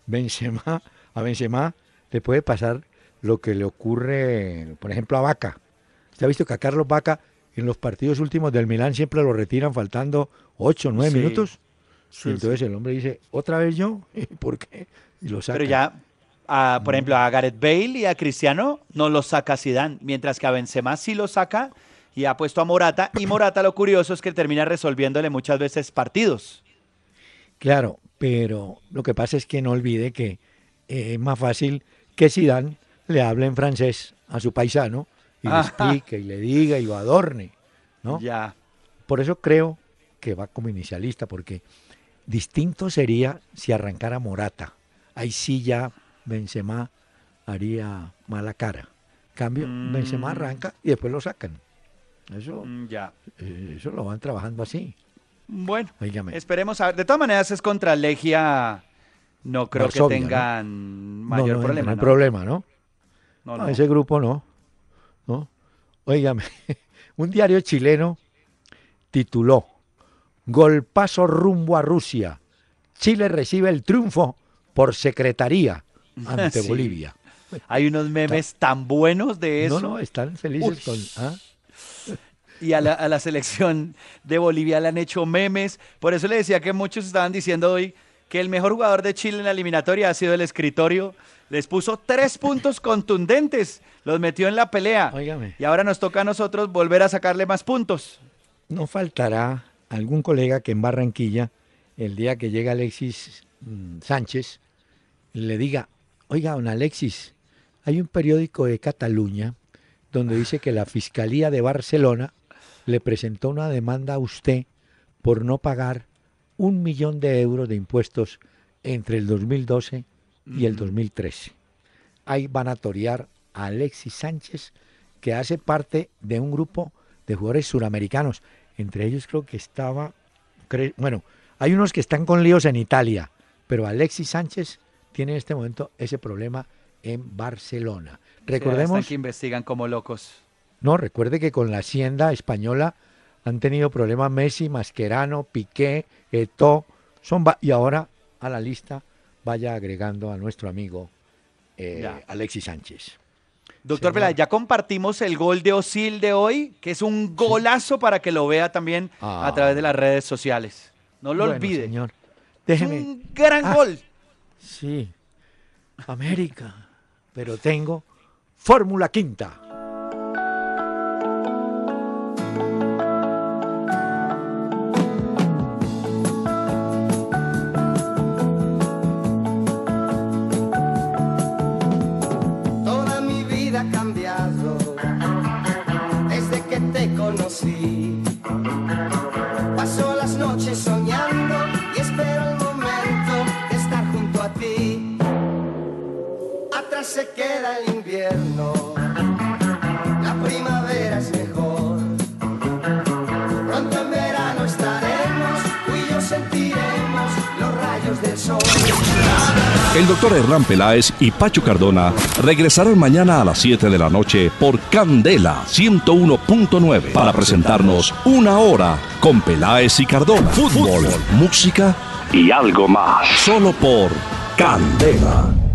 A Benzema le puede pasar lo que le ocurre, por ejemplo, a Vaca. Usted ha visto que a Carlos Vaca en los partidos últimos del Milán siempre lo retiran faltando 8 o 9 Sí. minutos. Sí, Y entonces el hombre dice, ¿otra vez yo? ¿Por qué? Y lo saca. Pero ya, por ejemplo, a Gareth Bale y a Cristiano no los saca Zidane, mientras que a Benzema sí lo saca y ha puesto a Morata. Y Morata, lo curioso es que termina resolviéndole muchas veces partidos. Claro, pero lo que pasa es que no olvide que es más fácil que Zidane le hable en francés a su paisano y le explique y le diga y lo adorne, ¿no? Ya. Por eso creo que va como inicialista, porque distinto sería si arrancara Morata. Ahí sí ya Benzema haría mala cara. Cambio, Benzema arranca y después lo sacan. Eso, Ya. eso lo van trabajando así. Bueno, Óigame. esperemos a ver. De todas maneras es contra Legia. No creo Varsovia, que tengan mayor no, problema. No hay ¿no? problema, ¿no? No, No, no. ese grupo no. ¿No? Óigame, un diario chileno tituló Golpazo rumbo a Rusia. Chile recibe el triunfo por secretaría ante Sí. Bolivia. Hay unos memes tan buenos de eso. No, están felices Uy. con... Y a la selección de Bolivia le han hecho memes. Por eso le decía que muchos estaban diciendo hoy que el mejor jugador de Chile en la eliminatoria ha sido el escritorio. Les puso 3 puntos contundentes. Los metió en la pelea. Óigame. Y ahora nos toca a nosotros volver a sacarle más puntos. No faltará algún colega que en Barranquilla el día que llega Alexis Sánchez, le diga, oiga, don Alexis, hay un periódico de Cataluña donde dice que la Fiscalía de Barcelona le presentó una demanda a usted por no pagar 1 millón de euros de impuestos entre el 2012 y el 2013. Ahí van a torear a Alexis Sánchez, que hace parte de un grupo de jugadores suramericanos. Entre ellos creo que estaba, bueno, hay unos que están con líos en Italia, pero Alexis Sánchez tiene en este momento ese problema en Barcelona. Recordemos que investigan como locos. No, recuerde que con la Hacienda española han tenido problemas Messi, Mascherano, Piqué, Eto'o, y ahora a la lista vaya agregando a nuestro amigo Alexis Sánchez. Doctor Peláez, ya compartimos el gol de Özil de hoy, que es un golazo para que lo vea también a través de las redes sociales. No lo olvide. Señor, déjeme. Es un gran gol. Sí, América, pero tengo Fórmula Quinta. Toda mi vida ha cambiado desde que te conocí. Paso las noches soñando y espero el momento de estar junto a ti. Atrás se queda el invierno, la primavera es mejor. Pronto en verano estaremos, tú y yo sentiremos los rayos del sol. El doctor Hernán Peláez y Pacho Cardona regresarán mañana a las 7 de la noche por Candela 101.9 para presentarnos Una Hora con Peláez y Cardona. Fútbol, música y algo más. Solo por Candela.